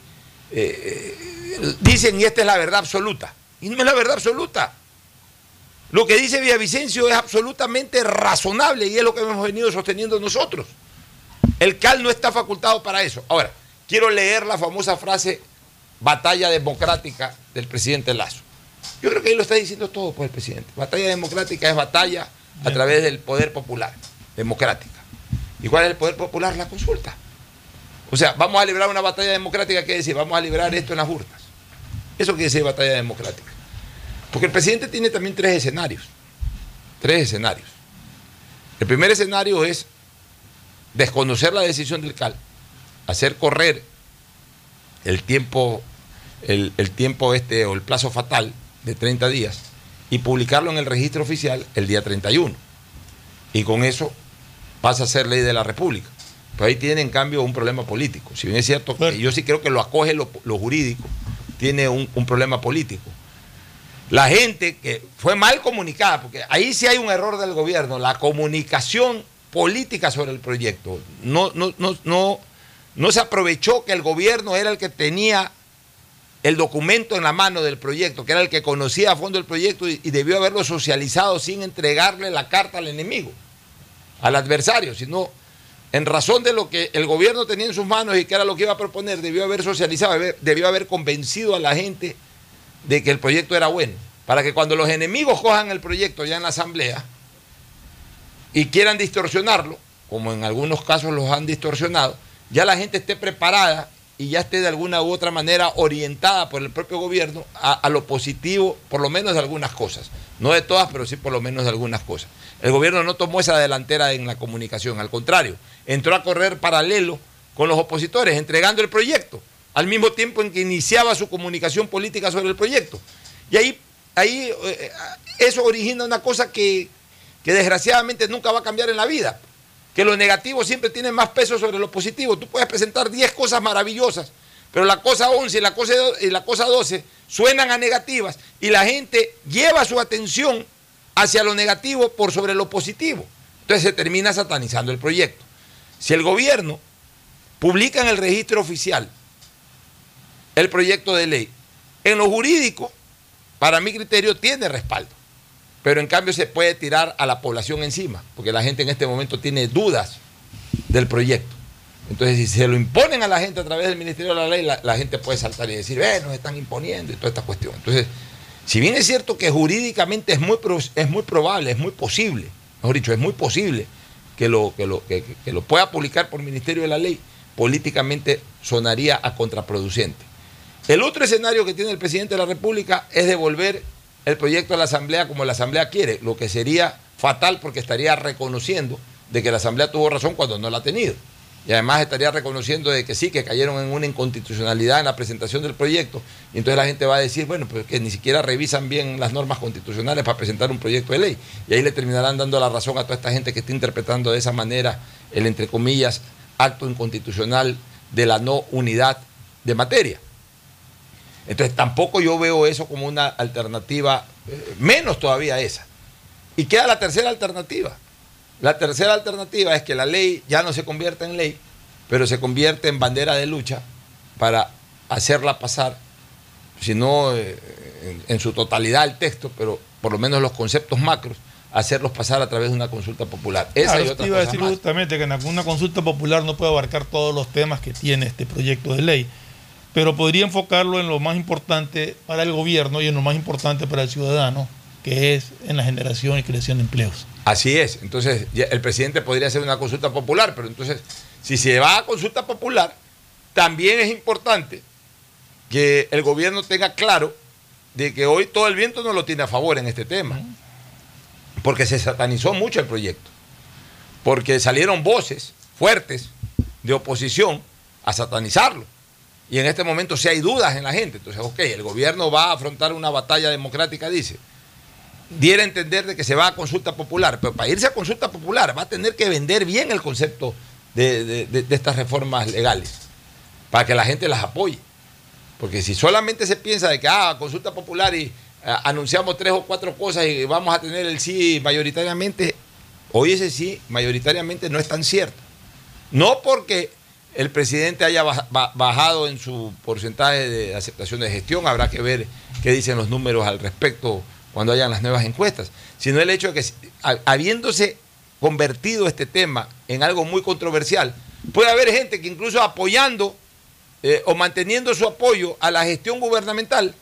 dicen y esta es la verdad absoluta, y no es la verdad absoluta. Lo que dice Villavicencio es absolutamente razonable y es lo que hemos venido sosteniendo nosotros. El CAL no está facultado para eso. Ahora, quiero leer la famosa frase batalla democrática del presidente Lasso. Yo creo que ahí lo está diciendo todo por el presidente. Batalla democrática es batalla a través del poder popular, democrática. ¿Y cuál es el poder popular? La consulta. O sea, vamos a librar una batalla democrática, ¿qué decir? Vamos a librar esto en las urnas. Eso quiere decir batalla democrática. Porque el presidente tiene también tres escenarios. El primer escenario es desconocer la decisión del CAL, hacer correr el tiempo o el plazo fatal de 30 días y publicarlo en el registro oficial el día 31. Y con eso pasa a ser ley de la República. Pero ahí tiene en cambio un problema político. Si bien es cierto que yo sí creo que lo acoge lo jurídico, tiene un problema político. La gente que fue mal comunicada, porque ahí sí hay un error del gobierno, la comunicación política sobre el proyecto. No se aprovechó que el gobierno era el que tenía el documento en la mano del proyecto, que era el que conocía a fondo el proyecto y debió haberlo socializado sin entregarle la carta al enemigo, al adversario, sino en razón de lo que el gobierno tenía en sus manos y que era lo que iba a proponer, debió haber socializado, debió haber convencido a la gente de que el proyecto era bueno, para que cuando los enemigos cojan el proyecto ya en la asamblea y quieran distorsionarlo, como en algunos casos los han distorsionado, ya la gente esté preparada y ya esté de alguna u otra manera orientada por el propio gobierno a lo positivo, por lo menos de algunas cosas. No de todas, pero sí por lo menos de algunas cosas. El gobierno no tomó esa delantera en la comunicación, al contrario, entró a correr paralelo con los opositores, entregando el proyecto, al mismo tiempo en que iniciaba su comunicación política sobre el proyecto. Y ahí eso origina una cosa que desgraciadamente nunca va a cambiar en la vida, que lo negativo siempre tiene más peso sobre lo positivo. Tú puedes presentar 10 cosas maravillosas, pero la cosa 11 y la cosa 12 suenan a negativas y la gente lleva su atención hacia lo negativo por sobre lo positivo. Entonces se termina satanizando el proyecto. Si el gobierno publica en el registro oficial el proyecto de ley, en lo jurídico, para mi criterio, tiene respaldo. Pero en cambio se puede tirar a la población encima, porque la gente en este momento tiene dudas del proyecto. Entonces, si se lo imponen a la gente a través del Ministerio de la Ley, la gente puede saltar y decir, nos están imponiendo y toda esta cuestión. Entonces, si bien es cierto que jurídicamente es muy probable, es muy posible, mejor dicho, es muy posible que lo pueda publicar por Ministerio de la Ley, políticamente sonaría a contraproducente. El otro escenario que tiene el presidente de la República es devolver el proyecto a la Asamblea como la Asamblea quiere, lo que sería fatal porque estaría reconociendo de que la Asamblea tuvo razón cuando no la ha tenido. Y además estaría reconociendo de que sí, que cayeron en una inconstitucionalidad en la presentación del proyecto. Y entonces la gente va a decir, bueno, pues que ni siquiera revisan bien las normas constitucionales para presentar un proyecto de ley. Y ahí le terminarán dando la razón a toda esta gente que está interpretando de esa manera el, entre comillas, acto inconstitucional de la no unidad de materia. Entonces tampoco yo veo eso como una alternativa, menos todavía esa. Y queda la tercera alternativa. La tercera alternativa es que la ley ya no se convierta en ley, pero se convierte en bandera de lucha para hacerla pasar, si no en su totalidad el texto, pero por lo menos los conceptos macros, hacerlos pasar a través de una consulta popular. Esa y otras iba a cosas decir más. justamente que una consulta popular no puede abarcar todos los temas que tiene este proyecto de ley, pero podría enfocarlo en lo más importante para el gobierno y en lo más importante para el ciudadano, que es en la generación y creación de empleos. Así es. Entonces, el presidente podría hacer una consulta popular, pero entonces, si se va a consulta popular, también es importante que el gobierno tenga claro de que hoy todo el viento no lo tiene a favor en este tema, porque se satanizó mucho el proyecto, porque salieron voces fuertes de oposición a satanizarlo. Y en este momento sí hay dudas en la gente. Entonces, el gobierno va a afrontar una batalla democrática, dice. Diera a entender de que se va a consulta popular, pero para irse a consulta popular va a tener que vender bien el concepto de estas reformas legales, para que la gente las apoye. Porque si solamente se piensa de que consulta popular y anunciamos 3 o 4 cosas y vamos a tener el sí mayoritariamente, hoy ese sí mayoritariamente no es tan cierto. No porque el presidente haya bajado en su porcentaje de aceptación de gestión, habrá que ver qué dicen los números al respecto cuando hayan las nuevas encuestas, sino el hecho de que habiéndose convertido este tema en algo muy controversial, puede haber gente que incluso apoyando o manteniendo su apoyo a la gestión gubernamental,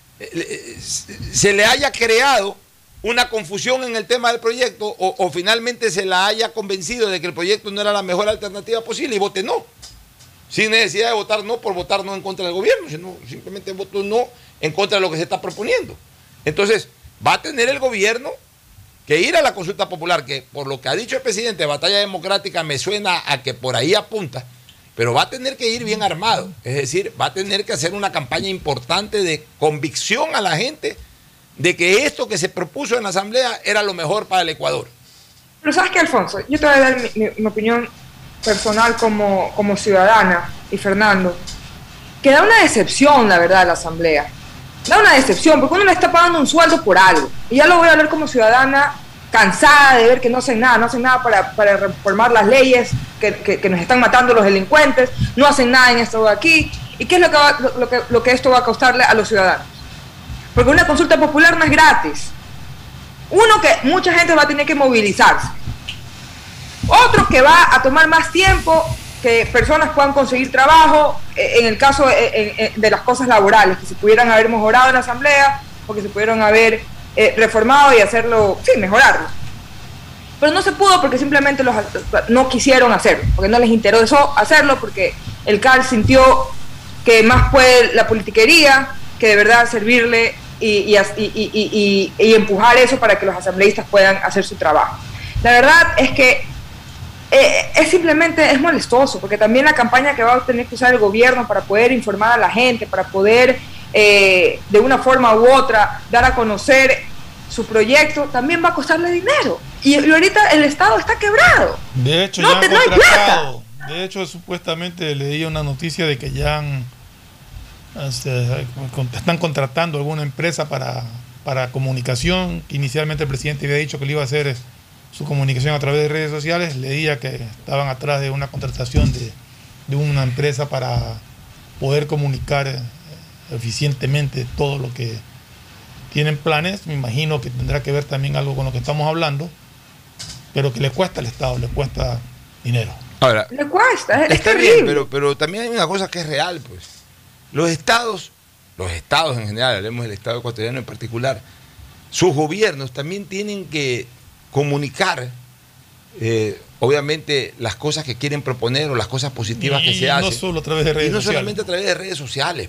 se le haya creado una confusión en el tema del proyecto o finalmente se la haya convencido de que el proyecto no era la mejor alternativa posible y vote no, sin necesidad de votar no por votar no en contra del gobierno, sino simplemente voto no en contra de lo que se está proponiendo. Entonces, va a tener el gobierno que ir a la consulta popular, que por lo que ha dicho el presidente, batalla democrática, me suena a que por ahí apunta, pero va a tener que ir bien armado. Es decir, va a tener que hacer una campaña importante de convicción a la gente de que esto que se propuso en la Asamblea era lo mejor para el Ecuador. Pero ¿sabes qué, Alfonso? Yo te voy a dar mi opinión personal como ciudadana, y Fernando, que da una decepción, la verdad, la Asamblea. Da una decepción, porque uno le está pagando un sueldo por algo. Y ya lo voy a hablar como ciudadana, cansada de ver que no hacen nada para reformar las leyes que nos están matando los delincuentes, no hacen nada en esto de aquí. ¿Y qué es lo que esto va a costarle a los ciudadanos? Porque una consulta popular no es gratis. Uno, que mucha gente va a tener que movilizarse. Otro, que va a tomar más tiempo que personas puedan conseguir trabajo, en el caso de las cosas laborales, que se pudieran haber mejorado en la asamblea, o que se pudieran haber reformado y hacerlo, sí, mejorarlo. Pero no se pudo porque simplemente no quisieron hacerlo, porque no les interesó hacerlo, porque el CAL sintió que más puede la politiquería que de verdad servirle y empujar eso para que los asambleístas puedan hacer su trabajo. La verdad es que es molestoso, porque también la campaña que va a tener que usar el gobierno para poder informar a la gente, para poder de una forma u otra dar a conocer su proyecto, también va a costarle dinero. Y ahorita el Estado está quebrado. De hecho, no, ya han no hay plata. De hecho, supuestamente leí una noticia de que ya están contratando alguna empresa para comunicación. Inicialmente el presidente había dicho que le iba a hacer su comunicación a través de redes sociales. Leía que estaban atrás de una contratación de una empresa para poder comunicar eficientemente todo lo que tienen planes. Me imagino que tendrá que ver también algo con lo que estamos hablando, pero que le cuesta al Estado, le cuesta dinero. Ahora, le cuesta, está bien, pero también hay una cosa que es real, pues. Los estados en general, hablemos del Estado ecuatoriano en particular, sus gobiernos también tienen que comunicar, obviamente, las cosas que quieren proponer o las cosas positivas que se hacen. No solo a través de redes sociales. Y no solamente a través de redes sociales.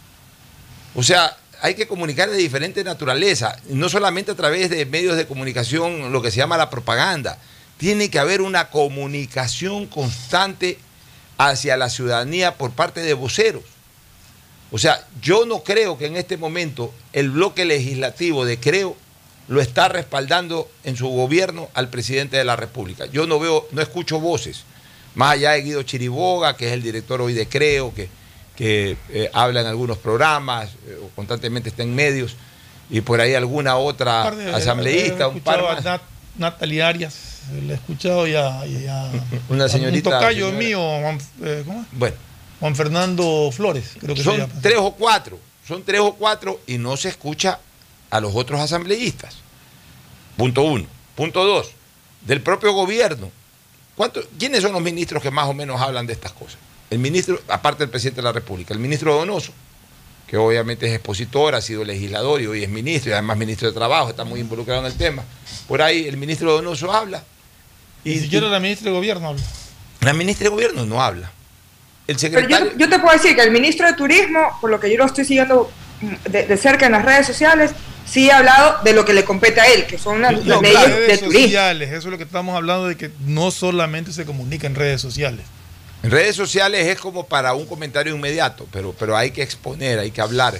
O sea, hay que comunicar de diferente naturaleza, no solamente a través de medios de comunicación, lo que se llama la propaganda. Tiene que haber una comunicación constante hacia la ciudadanía por parte de voceros. O sea, yo no creo que en este momento el bloque legislativo de Creo lo está respaldando en su gobierno al presidente de la República. Yo no escucho voces, más allá de Guido Chiriboga, que es el director hoy de Creo, que habla en algunos programas, o constantemente está en medios, y por ahí alguna otra asambleísta, un par más. Natalia Arias, le he escuchado ya una señorita. Un tocayo mío, ¿cómo es? Bueno. Juan Fernando Flores, creo que son se llama. Son tres o cuatro y no se escucha a los otros asambleístas. Punto 1. Punto 2. Del propio gobierno. ¿Quiénes son los ministros que más o menos hablan de estas cosas? El ministro, aparte del presidente de la República, el ministro Donoso, que obviamente es expositor, ha sido legislador y hoy es ministro, y además ministro de Trabajo, está muy involucrado en el tema. Por ahí el ministro Donoso habla. Ni siquiera la ministra de Gobierno habla. La ministra de Gobierno no habla. El secretario... Pero yo te puedo decir que el ministro de Turismo, por lo que yo lo estoy siguiendo de cerca en las redes sociales, sí ha hablado de lo que le compete a él, que son las leyes de turismo. Eso es lo que estamos hablando, de que no solamente se comunica en redes sociales. En redes sociales es como para un comentario inmediato, pero hay que exponer, hay que hablar.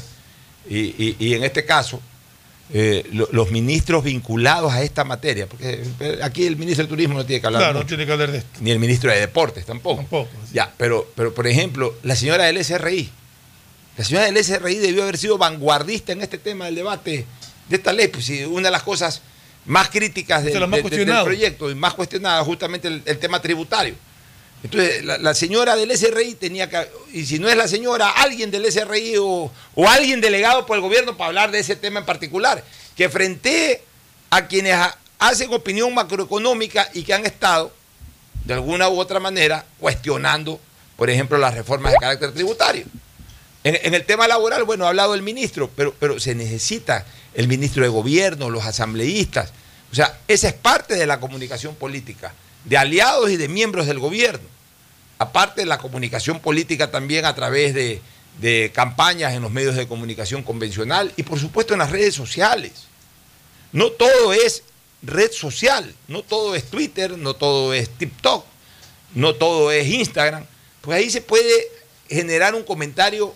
Y en este caso, los ministros vinculados a esta materia, porque aquí el ministro de Turismo no tiene que hablar. Claro, mucho, no tiene que hablar de esto. ni el ministro de Deportes tampoco. Sí. Ya, pero por ejemplo, la señora del SRI. La señora del SRI debió haber sido vanguardista en este tema del debate de esta ley. Pues, una de las cosas más críticas del proyecto y más cuestionada justamente el tema tributario. Entonces, la señora del SRI tenía que, y si no es la señora, alguien del SRI o alguien delegado por el gobierno para hablar de ese tema en particular, que frente a quienes hacen opinión macroeconómica y que han estado, de alguna u otra manera, cuestionando, por ejemplo, las reformas de carácter tributario. En el tema laboral, bueno, ha hablado el ministro, pero se necesita el ministro de Gobierno, los asambleístas. O sea, esa es parte de la comunicación política, de aliados y de miembros del gobierno. Aparte de la comunicación política también a través de campañas en los medios de comunicación convencional y por supuesto en las redes sociales. No todo es red social, no todo es Twitter, no todo es TikTok, no todo es Instagram. Pues ahí se puede generar un comentario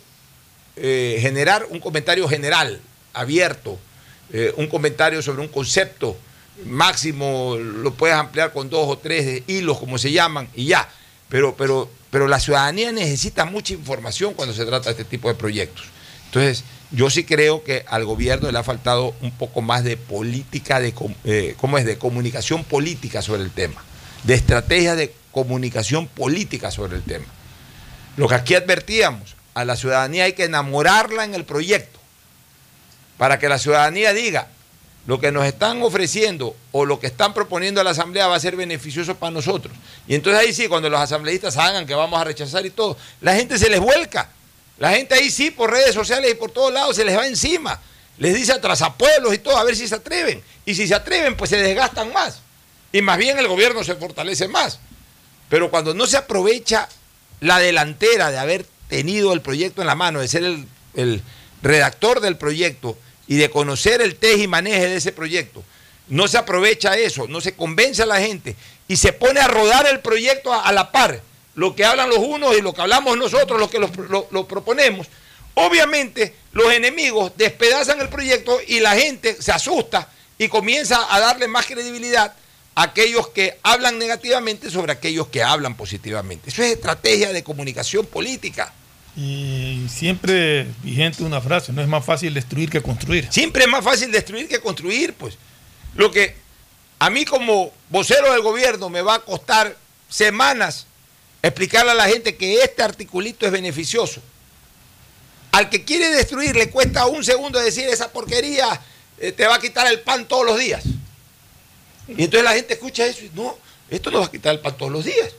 general, abierto, un comentario sobre un concepto máximo, lo puedes ampliar con 2 o 3 hilos, como se llaman, y ya. Pero la ciudadanía necesita mucha información cuando se trata de este tipo de proyectos. Entonces, yo sí creo que al gobierno le ha faltado un poco más de política, de comunicación política sobre el tema, de estrategia de comunicación política sobre el tema. Lo que aquí advertíamos, a la ciudadanía hay que enamorarla en el proyecto, para que la ciudadanía diga, lo que nos están ofreciendo o lo que están proponiendo a la Asamblea va a ser beneficioso para nosotros. Y entonces ahí sí, cuando los asambleístas hagan que vamos a rechazar y todo, la gente se les vuelca. La gente ahí sí, por redes sociales y por todos lados, se les va encima. Les dice a trazapueblos y todo, a ver si se atreven. Y si se atreven, pues se desgastan más. Y más bien el gobierno se fortalece más. Pero cuando no se aprovecha la delantera de haber tenido el proyecto en la mano, de ser el redactor del proyecto, y de conocer el tej y maneje de ese proyecto, no se aprovecha eso, no se convence a la gente y se pone a rodar el proyecto a la par, lo que hablan los unos y lo que hablamos nosotros, los que lo proponemos. Obviamente los enemigos despedazan el proyecto y la gente se asusta y comienza a darle más credibilidad a aquellos que hablan negativamente sobre aquellos que hablan positivamente. Eso es estrategia de comunicación política. Y siempre vigente una frase, no es más fácil destruir que construir. Siempre es más fácil destruir que construir, pues. Lo que a mí como vocero del gobierno me va a costar semanas explicarle a la gente que este articulito es beneficioso. Al que quiere destruir le cuesta un segundo decir esa porquería te va a quitar el pan todos los días. Y entonces la gente escucha eso y no, esto no va a quitar el pan todos los días.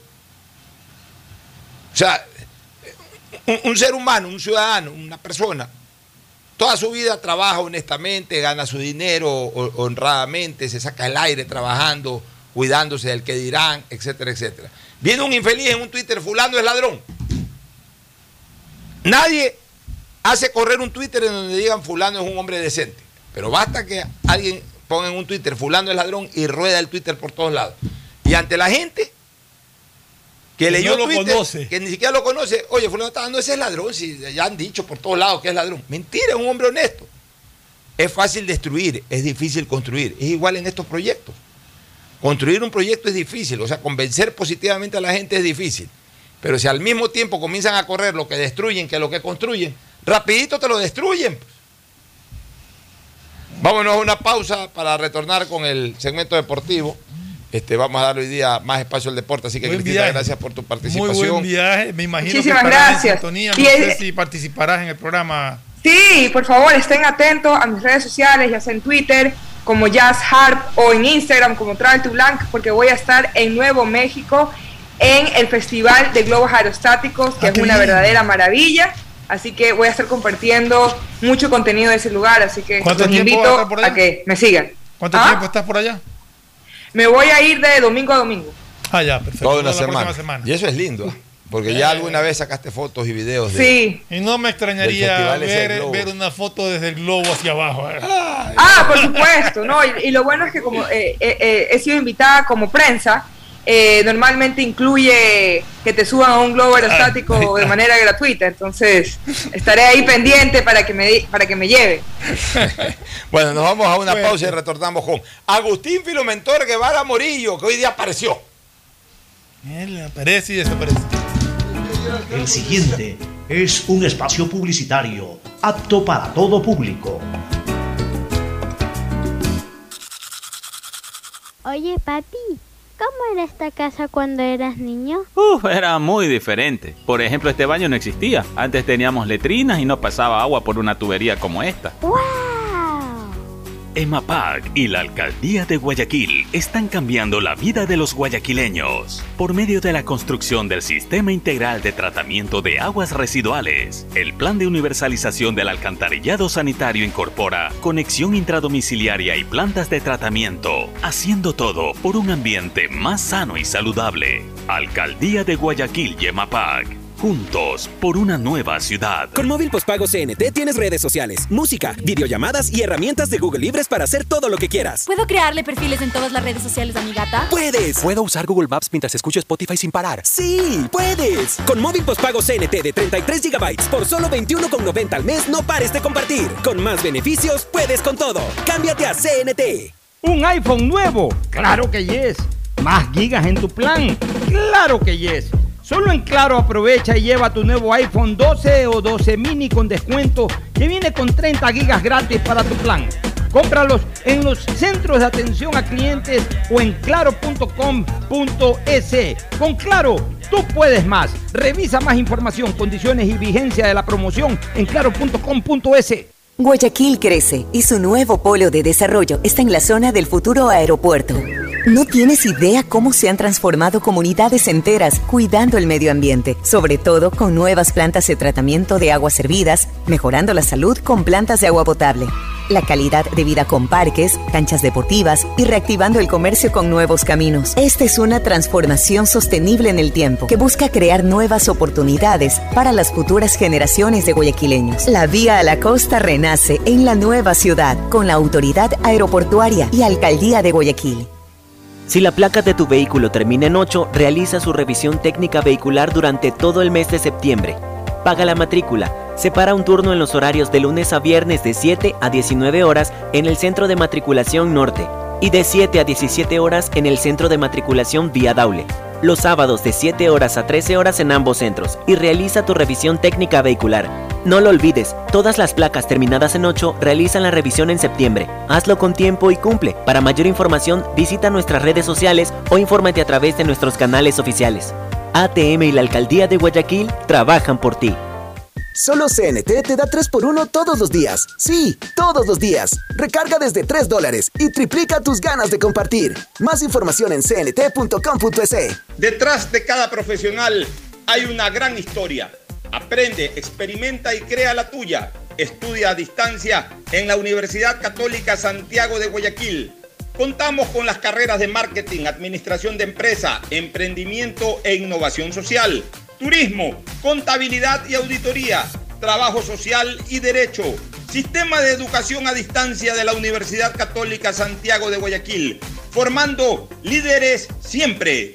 O sea, un ser humano, un ciudadano, una persona, toda su vida trabaja honestamente, gana su dinero honradamente, se saca el aire trabajando, cuidándose del que dirán, etcétera, etcétera. Viene un infeliz en un Twitter, fulano es ladrón. Nadie hace correr un Twitter en donde digan fulano es un hombre decente. Pero basta que alguien ponga en un Twitter fulano es ladrón y rueda el Twitter por todos lados. Y ante la gente que leyó no Twitter, conoce, que ni siquiera lo conoce, oye, fulano está dando ese es ladrón, si ya han dicho por todos lados que es ladrón. Mentira, es un hombre honesto. Es fácil destruir, es difícil construir. Es igual en estos proyectos. Construir un proyecto es difícil, o sea, convencer positivamente a la gente es difícil. Pero si al mismo tiempo comienzan a correr lo que destruyen que lo que construyen, rapidito te lo destruyen. Vámonos a una pausa para retornar con el segmento deportivo. Vamos a dar hoy día más espacio al deporte, así que buen Cristina, viaje. Gracias por tu participación. Muy buen viaje, me imagino. Muchísimas que estarás gracias. en sintonía. No sé si participarás en el programa. Sí, por favor, estén atentos a mis redes sociales, ya sea en Twitter como Jazz Harp o en Instagram como Travel to Blanc, porque voy a estar en Nuevo México en el Festival de Globos Aerostáticos, que es una verdadera maravilla. Así que voy a estar compartiendo mucho contenido de ese lugar, así que los invito a que me sigan. ¿Cuánto tiempo estás por allá? Me voy a ir de domingo a domingo. Ah, ya, perfecto. Toda una semana. Y eso es lindo, porque ya alguna vez sacaste fotos y videos de... Sí. Y no me extrañaría ver una foto desde el globo hacia abajo. Por supuesto, ¿no? Y lo bueno es que como he sido invitada como prensa, normalmente incluye que te suban a un globo aerostático de manera gratuita, entonces estaré ahí pendiente para que me lleve. Bueno, nos vamos a una pausa y retornamos con Agustín Filomentor Guevara Morillo, que hoy día apareció. Él aparece y desaparece. El siguiente es un espacio publicitario apto para todo público. Oye, papi, ¿cómo era esta casa cuando eras niño? Era muy diferente. Por ejemplo, este baño no existía. Antes teníamos letrinas y no pasaba agua por una tubería como esta. ¡Wow! EMAPAC y la Alcaldía de Guayaquil están cambiando la vida de los guayaquileños por medio de la construcción del Sistema Integral de Tratamiento de Aguas Residuales. El Plan de Universalización del Alcantarillado Sanitario incorpora conexión intradomiciliaria y plantas de tratamiento, haciendo todo por un ambiente más sano y saludable. Alcaldía de Guayaquil y EMAPAC. Juntos por una nueva ciudad. Con Móvil Postpago CNT tienes redes sociales, música, videollamadas y herramientas de Google Libres para hacer todo lo que quieras. ¿Puedo crearle perfiles en todas las redes sociales a mi gata? ¡Puedes! ¿Puedo usar Google Maps mientras escucho Spotify sin parar? ¡Sí! ¡Puedes! Con Móvil Postpago CNT de 33 GB por solo $21.90 al mes, no pares de compartir. Con más beneficios, puedes con todo. ¡Cámbiate a CNT! ¿Un iPhone nuevo? ¡Claro que yes! ¿Más gigas en tu plan? ¡Claro que yes! Solo en Claro aprovecha y lleva tu nuevo iPhone 12 o 12 mini con descuento que viene con 30 gigas gratis para tu plan. Cómpralos en los centros de atención a clientes o en claro.com.es. Con Claro, Tú puedes más. Revisa más información, condiciones y vigencia de la promoción en claro.com.es. Guayaquil crece y su nuevo polo de desarrollo está en la zona del futuro aeropuerto. No tienes idea cómo se han transformado comunidades enteras cuidando el medio ambiente, sobre todo con nuevas plantas de tratamiento de aguas servidas, mejorando la salud con plantas de agua potable, la calidad de vida con parques, canchas deportivas y reactivando el comercio con nuevos caminos. Esta es una transformación sostenible en el tiempo que busca crear nuevas oportunidades para las futuras generaciones de guayaquileños. La Vía a la Costa renace en la nueva ciudad con la Autoridad Aeroportuaria y Alcaldía de Guayaquil. Si la placa de tu vehículo termina en 8, realiza su revisión técnica vehicular durante todo el mes de septiembre. Paga la matrícula. Separa un turno en los horarios de lunes a viernes de 7 a 19 horas en el Centro de Matriculación Norte y de 7 a 17 horas en el Centro de Matriculación Vía Daule. Los sábados de 7 horas a 13 horas en ambos centros y realiza tu revisión técnica vehicular. No lo olvides, todas las placas terminadas en 8 realizan la revisión en septiembre. Hazlo con tiempo y cumple. Para mayor información, visita nuestras redes sociales o infórmate a través de nuestros canales oficiales. ATM y la Alcaldía de Guayaquil trabajan por ti. Solo CNT te da 3x1 todos los días. Sí, todos los días. Recarga desde $3 y triplica tus ganas de compartir. Más información en cnt.com.es. Detrás de cada profesional hay una gran historia. Aprende, experimenta y crea la tuya. Estudia a distancia en la Universidad Católica Santiago de Guayaquil. Contamos con las carreras de marketing, administración de empresa, emprendimiento e innovación social, turismo, contabilidad y auditoría, trabajo social y derecho. Sistema de educación a distancia de la Universidad Católica Santiago de Guayaquil, formando líderes siempre.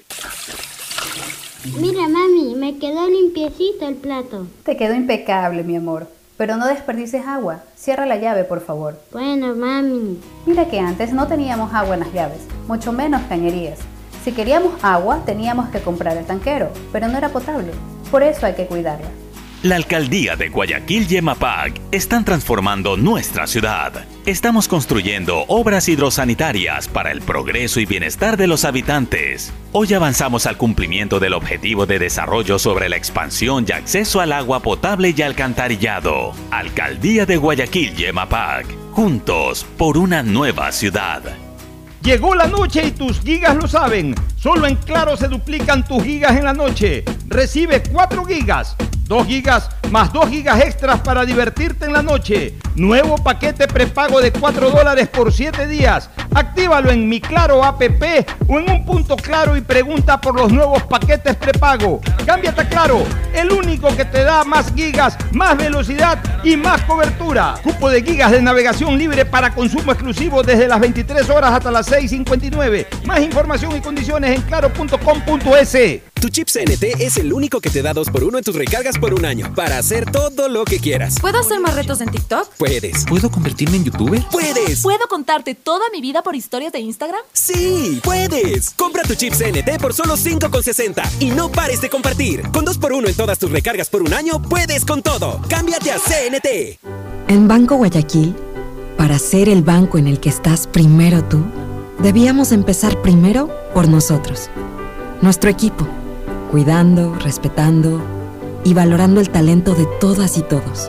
Mira, mami, me quedó limpiecito el plato. Te quedó impecable, mi amor. Pero no desperdicies agua. Cierra la llave, por favor. Bueno, mami. Mira que antes no teníamos agua en las llaves, mucho menos cañerías. Si queríamos agua, teníamos que comprar el tanquero, pero no era potable. Por eso hay que cuidarla. La Alcaldía de Guayaquil y EMAPAC están transformando nuestra ciudad. Estamos construyendo obras hidrosanitarias para el progreso y bienestar de los habitantes. Hoy avanzamos al cumplimiento del objetivo de desarrollo sobre la expansión y acceso al agua potable y alcantarillado. Alcaldía de Guayaquil y EMAPAC, juntos por una nueva ciudad. Llegó la noche y tus gigas lo saben. Solo en Claro se duplican tus gigas en la noche. Recibe 4 gigas. 2 gigas más 2 gigas extras para divertirte en la noche. Nuevo paquete prepago de $4 por 7 días. Actívalo en Mi Claro app o en un punto Claro y pregunta por los nuevos paquetes prepago. Cámbiate a Claro, el único que te da más gigas, más velocidad y más cobertura. Cupo de gigas de navegación libre para consumo exclusivo desde las 23 horas hasta las 6:59. Más información y condiciones en claro.com.es. Tu chip CNT es el único que te da 2x1 en tus recargas por un año para hacer todo lo que quieras. ¿Puedo hacer más retos en TikTok? Puedes. ¿Puedo convertirme en youtuber? ¡Puedes! ¿Puedo contarte toda mi vida por historias de Instagram? ¡Sí! ¡Puedes! Compra tu chip CNT por solo $5.60 y no pares de compartir. Con 2x1 en todas tus recargas por un año, puedes con todo. ¡Cámbiate a CNT! En Banco Guayaquil, para ser el banco en el que estás primero tú, debíamos empezar primero por nosotros, nuestro equipo, cuidando, respetando y valorando el talento de todas y todos.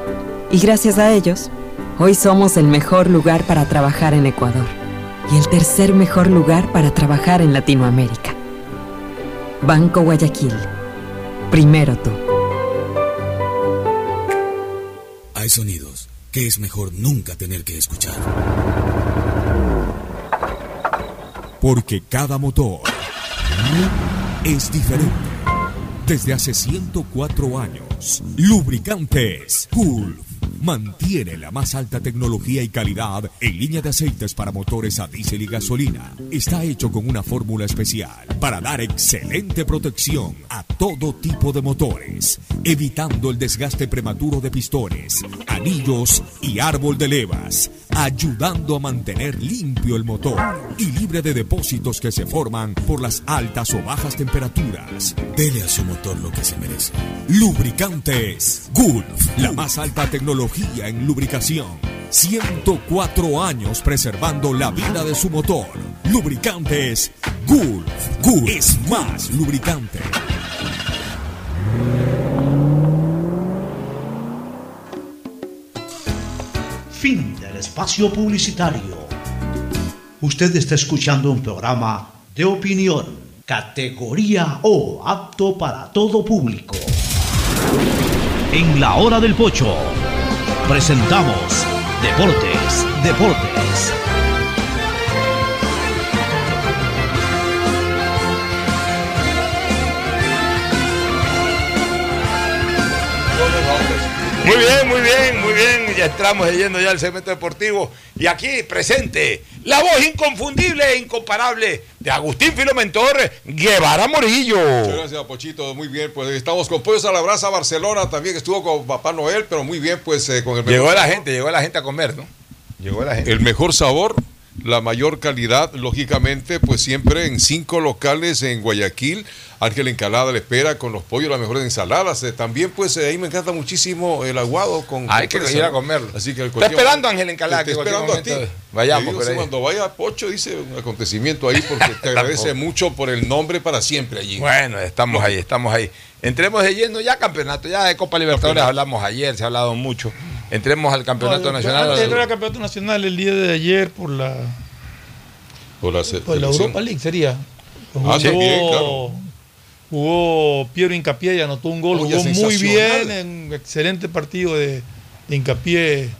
Y gracias a ellos, hoy somos el mejor lugar para trabajar en Ecuador y el tercer mejor lugar para trabajar en Latinoamérica. Banco Guayaquil, primero tú. Hay sonidos que es mejor nunca tener que escuchar. Porque cada motor es diferente. Desde hace 104 años, Lubricantes Gulf mantiene la más alta tecnología y calidad en línea de aceites para motores a diésel y gasolina. Está hecho con una fórmula especial para dar excelente protección a todo tipo de motores, evitando el desgaste prematuro de pistones, anillos y árbol de levas, ayudando a mantener limpio el motor y libre de depósitos que se forman por las altas o bajas temperaturas. Dele a su motor lo que se merece. Lubricantes Gulf, la más alta tecnología en lubricación. 104 años preservando la vida de su motor. Lubricantes Gulf. Gulf es más lubricante. Fin del espacio publicitario. Usted está escuchando un programa de opinión, categoría O, apto para todo público. En la hora del pocho, presentamos Deportes. Muy bien. Ya estamos leyendo ya el segmento deportivo. Y aquí presente la voz inconfundible e incomparable de Agustín Filomentor Guevara Morillo. Muchas gracias, Pochito. Muy bien, pues estamos con Pollos a la Brasa Barcelona también, que estuvo con Papá Noel, pero muy bien, pues con el mejor llegó la gente a comer, ¿no? Llegó la gente. El mejor sabor, la mayor calidad, lógicamente, pues siempre en 5 locales en Guayaquil. Ángel Encalada le espera con los pollos, las mejores ensaladas. También, pues, ahí me encanta muchísimo el aguado con... Hay que ir a comerlo. Así que está esperando Ángel Encalada. Está esperando a ti. Vayamos. Por ahí. Cuando vaya a Pocho, dice un acontecimiento ahí, porque te agradece mucho por el nombre para siempre allí. Bueno, estamos ahí. Entremos de lleno ya campeonato. Ya de Copa Libertadores hablamos ayer, se ha hablado mucho. Entremos al campeonato nacional. Antes del campeonato nacional el día de ayer por la Europa League sería. Jugó Piero Hincapié y anotó un gol, jugó muy bien, en excelente partido de Hincapié,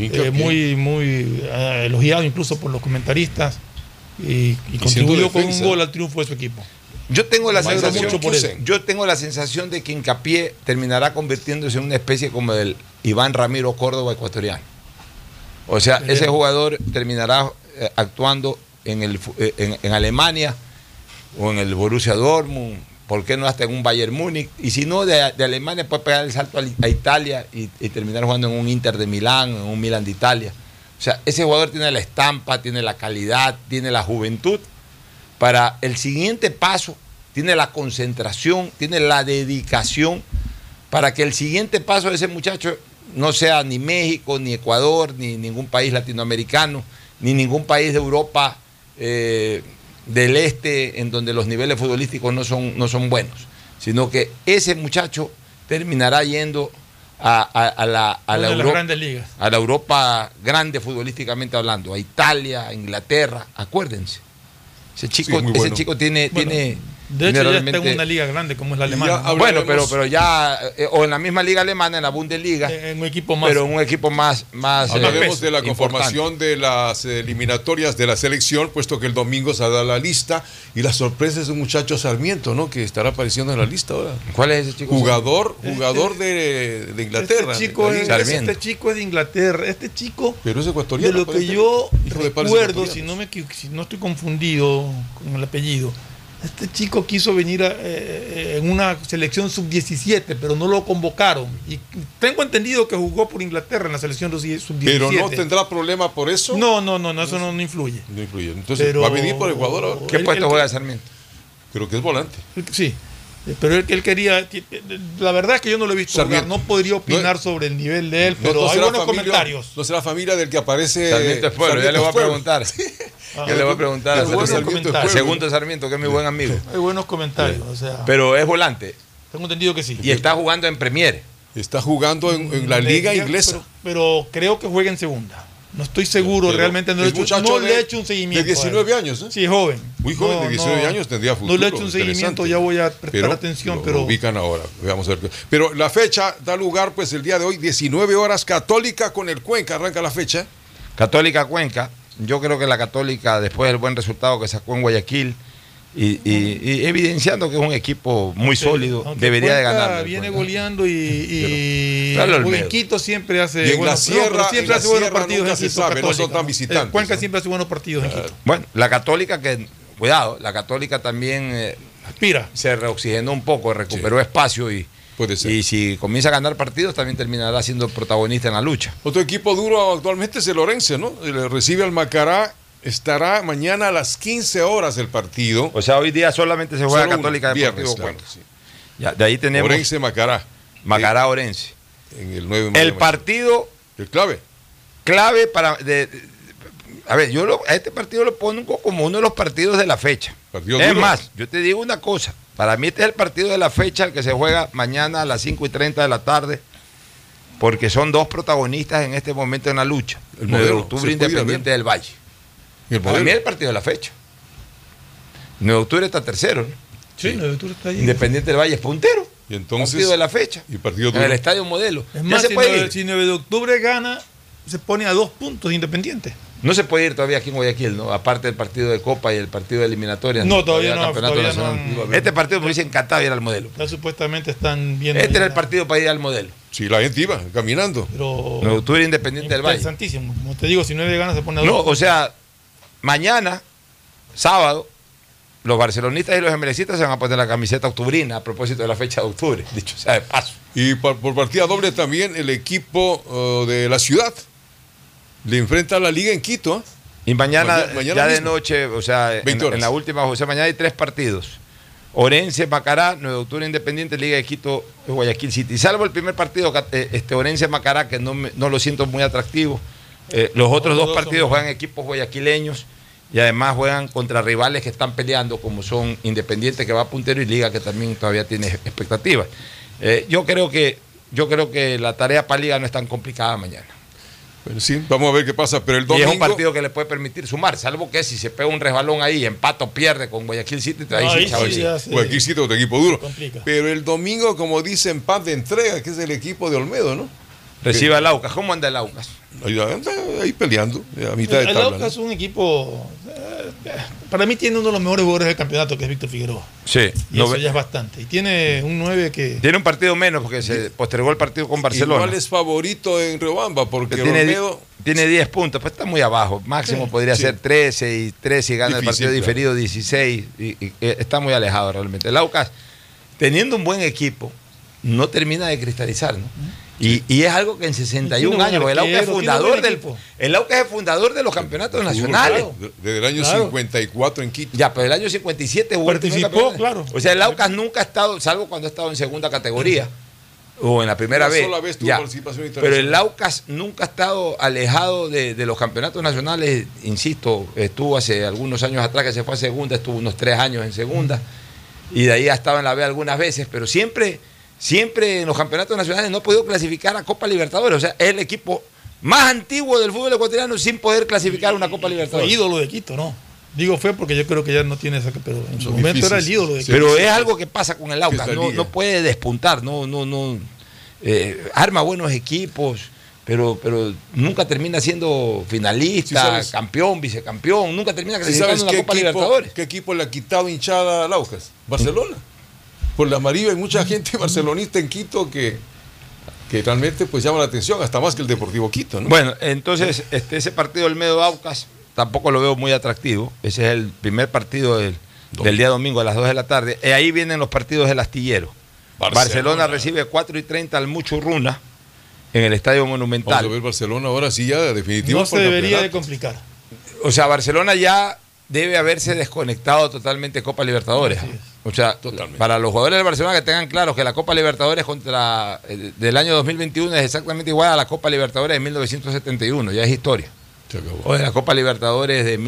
muy elogiado incluso por los comentaristas y contribuyó con un gol al triunfo de su equipo. Yo tengo la sensación de que Hincapié terminará convirtiéndose en una especie como del Iván Ramiro Córdoba ecuatoriano. O sea, ese jugador terminará actuando en Alemania o en el Borussia Dortmund. ¿Por qué no hasta en un Bayern Múnich? Y si no, de Alemania puede pegar el salto a Italia y terminar jugando en un Inter de Milán, en un Milan de Italia. O sea, ese jugador tiene la estampa, tiene la calidad, tiene la juventud. Para el siguiente paso, tiene la concentración, tiene la dedicación para que el siguiente paso de ese muchacho no sea ni México, ni Ecuador, ni ningún país latinoamericano, ni ningún país de Europa del este, en donde los niveles futbolísticos no son buenos, sino que ese muchacho terminará yendo a la Europa, grandes ligas, a la Europa grande futbolísticamente hablando, a Italia, a Inglaterra. Acuérdense, ese chico tiene de hecho ya está en una liga grande como es la alemana. Bueno, pero ya o en la misma liga alemana, en la Bundesliga, en un equipo más, pero en un equipo más hablaremos de la conformación de las eliminatorias de la selección, puesto que el domingo se da la lista y la sorpresa es un muchacho Sarmiento, ¿no? Que estará apareciendo en la lista ahora. ¿Cuál es ese chico? Jugador de Inglaterra. Este chico es de Inglaterra. Este chico, pero es ecuatoriano. De lo que yo recuerdo, si no estoy confundido con el apellido, este chico quiso venir en una selección sub-17, pero no lo convocaron. Y tengo entendido que jugó por Inglaterra en la selección sub-17. ¿Pero no tendrá problema por eso? No, eso no influye. No influye. Entonces, ¿va a venir por Ecuador ahora? ¿Qué puesto juega Sarmiento? Creo que es volante. Sí. Pero él quería, la verdad es que yo no lo he visto jugar, no podría opinar sobre el nivel de él, pero hay buenos comentarios. No será familia del que aparece Sarmiento es pueblo, ya le voy a preguntar. Ya le voy a preguntar al segundo Sarmiento, que es mi buen amigo. Hay buenos comentarios, o sea. Pero es volante. Tengo entendido que sí. Y está jugando en Premier. Está jugando en la liga inglesa. Pero creo que juega en segunda. No estoy seguro, realmente no le he hecho un seguimiento. De 19 años, ¿eh? Sí, joven. Muy joven, de 19 años tendría futuro. No le he hecho un seguimiento, ya voy a prestar atención. Pero lo ubican ahora, vamos a ver. Pero la fecha da lugar, pues el día de hoy, 19 horas, Católica con el Cuenca, arranca la fecha. Católica Cuenca, yo creo que la Católica, después del buen resultado que sacó en Guayaquil, y evidenciando que es un equipo muy sólido, debería de ganar. Viene goleando y en Quito siempre hace buenos partidos. Nunca se sabe, no son tan visitantes. Cuenca siempre hace buenos partidos en Quito. Bueno, la Católica cuidado, la Católica también aspira. Se reoxigenó un poco, recuperó espacio y si comienza a ganar partidos también terminará siendo protagonista en la lucha. Otro equipo duro actualmente es el Orense, ¿no? Recibe al Macará. Estará mañana a las 15 horas el partido. O sea, hoy día solamente se juega Católica Deportivo Cuenca. Sí. Ya, de ahí tenemos Orense Macará. Macará Orense. En el 9 el partido. El clave. Clave para. A ver, a este partido lo pongo como uno de los partidos de la fecha. Es más, yo te digo una cosa. Para mí este es el partido de la fecha, el que se juega mañana a las 5:30 de la tarde porque son dos protagonistas en este momento en la lucha. El 9 de octubre, Independiente del Valle. Para mí es el partido de la fecha. 9 de octubre está tercero, ¿no? Sí, 9 de octubre está ahí. Independiente del Valle es puntero. Y entonces, partido de la fecha. Y partido en el Estadio Modelo. Es más, si 9 de octubre gana, se pone a 2 puntos de Independiente. No se puede ir todavía aquí en Guayaquil, ¿no? Aparte del partido de Copa y el partido de eliminatorias. No, todavía no. Todavía no. Este partido me hubiese encantado ir al Modelo. Ya supuestamente están viendo. Este era el partido para ir al Modelo. Sí, la gente iba caminando. Pero 9 de octubre, Independiente del Valle. Interesantísimo. Como te digo, si 9 gana se pone a 2. No, o sea, mañana, sábado, los barcelonistas y los emelecistas se van a poner la camiseta octubrina a propósito de la fecha de octubre, dicho sea de paso. Y por partida doble también el equipo de la ciudad le enfrenta a la liga en Quito. Y mañana ya mismo. de noche, o sea, en la última, o sea, mañana hay 3 partidos. Orense, Macará, 9 de octubre, Independiente, Liga de Quito, Guayaquil City. Salvo el primer partido, Orense, Macará, que no lo siento muy atractivo. Los otros 2 partidos juegan equipos guayaquileños y además juegan contra rivales que están peleando, como son Independiente, que va puntero, y Liga, que también todavía tiene expectativas. Yo creo que la tarea para Liga no es tan complicada mañana. Pero sí, vamos a ver qué pasa, pero el domingo... Y es un partido que le puede permitir sumar, salvo que si se pega un resbalón ahí, empata o pierde con Guayaquil City, Guayaquil City, otro equipo duro. Complica. Pero el domingo, como dicen, paz de entrega, que es el equipo de Olmedo, ¿no? Recibe al Aucas. ¿Cómo anda el Aucas? Ahí peleando, a mitad de tabla. El Aucas es un equipo... para mí tiene uno de los mejores jugadores del campeonato, que es Víctor Figueroa. Sí. Y eso ya es bastante. Y tiene un 9 que... Tiene un partido menos porque se postergó el partido con Barcelona. Igual es favorito en Riobamba porque tiene 10 puntos, pues está muy abajo. Máximo podría ser 13 y gana el partido diferido 16. Y está muy alejado realmente. El Aucas, teniendo un buen equipo, no termina de cristalizar, ¿no? Y es algo que en 61 años, porque el Aucas es fundador de los campeonatos nacionales. Claro. Desde el año 54 en Quito. Ya, pero el año 57 participó, claro. O sea, el Aucas nunca ha estado, salvo cuando ha estado en segunda categoría o en la primera vez. Sola vez tuvo participación internacional. Pero el Aucas nunca ha estado alejado de los campeonatos nacionales. Insisto, estuvo hace algunos años atrás que se fue a segunda, estuvo unos 3 años en segunda y de ahí ha estado en la B algunas veces, pero siempre en los campeonatos nacionales no ha podido clasificar a Copa Libertadores. O sea, es el equipo más antiguo del fútbol ecuatoriano sin poder clasificar una Copa Libertadores. Fue ídolo de Quito, ¿no. Digo fue porque yo creo que ya no tiene esa, pero en su momento era el ídolo de Quito. Pero es algo que pasa con el Aucas, no puede despuntar, arma buenos equipos, pero nunca termina siendo finalista, campeón, vicecampeón, nunca termina clasificando una Copa Libertadores. ¿Qué equipo le ha quitado hinchada al Aucas? Barcelona. Por la amarillo hay mucha gente barcelonista en Quito que realmente pues llama la atención, hasta más que el Deportivo Quito, ¿no? Bueno, entonces ese partido del Medio Aucas tampoco lo veo muy atractivo. Ese es el primer partido del día domingo a las 2 de la tarde. Y ahí vienen los partidos del Astillero. Barcelona recibe 4:30 al Muchurruna en el Estadio Monumental. Vamos a ver Barcelona ahora sí ya definitivamente. No se debería de complicar. O sea, Barcelona ya debe haberse desconectado totalmente de Copa Libertadores. O sea, totalmente. Para los jugadores de Barcelona que tengan claro que la Copa Libertadores del año 2021 es exactamente igual a la Copa Libertadores de 1971, ya es historia. O de la Copa Libertadores de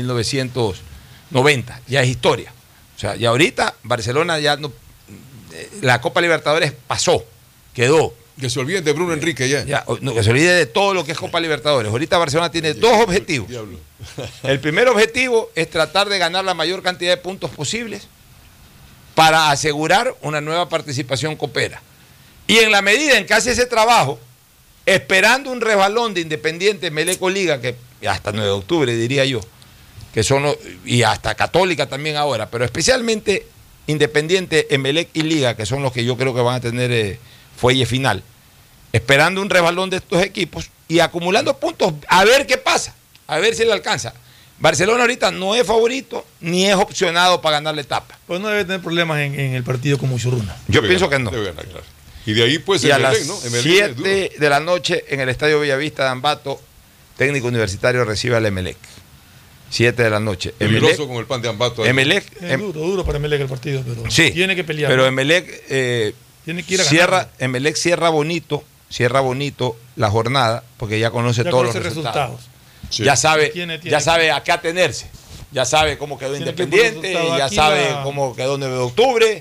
1990, ya es historia. O sea, y ahorita Barcelona ya no... La Copa Libertadores pasó, quedó. Que se olviden de Bruno Enrique ya. Que se olvide de todo lo que es Copa Libertadores. Ahorita Barcelona tiene 2 objetivos. El primer objetivo es tratar de ganar la mayor cantidad de puntos posibles para asegurar una nueva participación copera. Y en la medida en que hace ese trabajo, esperando un resbalón de Independiente, Meleco, Liga, que hasta 9 de octubre diría yo, que son, y hasta Católica también ahora, pero especialmente Independiente, Emelec y Liga, que son los que yo creo que van a tener fuelle final, esperando un resbalón de estos equipos y acumulando puntos, a ver qué pasa, a ver si le alcanza. Barcelona ahorita no es favorito ni es opcionado para ganar la etapa. Pues no debe tener problemas en el partido como Muchurruna. Yo pienso que no. Debe ganar, claro. Y de ahí pues y a las 7 de la noche en el Estadio Bellavista de Ambato, Técnico Universitario recibe al Emelec. 7 de la noche. Peligroso con el pan de Ambato. Emelec, duro para Emelec el partido, pero sí, tiene que pelear. Pero Emelec tiene que ir a ganar. Emelec cierra bonito la jornada porque ya conoce todos los resultados. Sí. Ya sabe a qué atenerse. Ya sabe cómo quedó Independiente, ya sabe cómo quedó 9 de octubre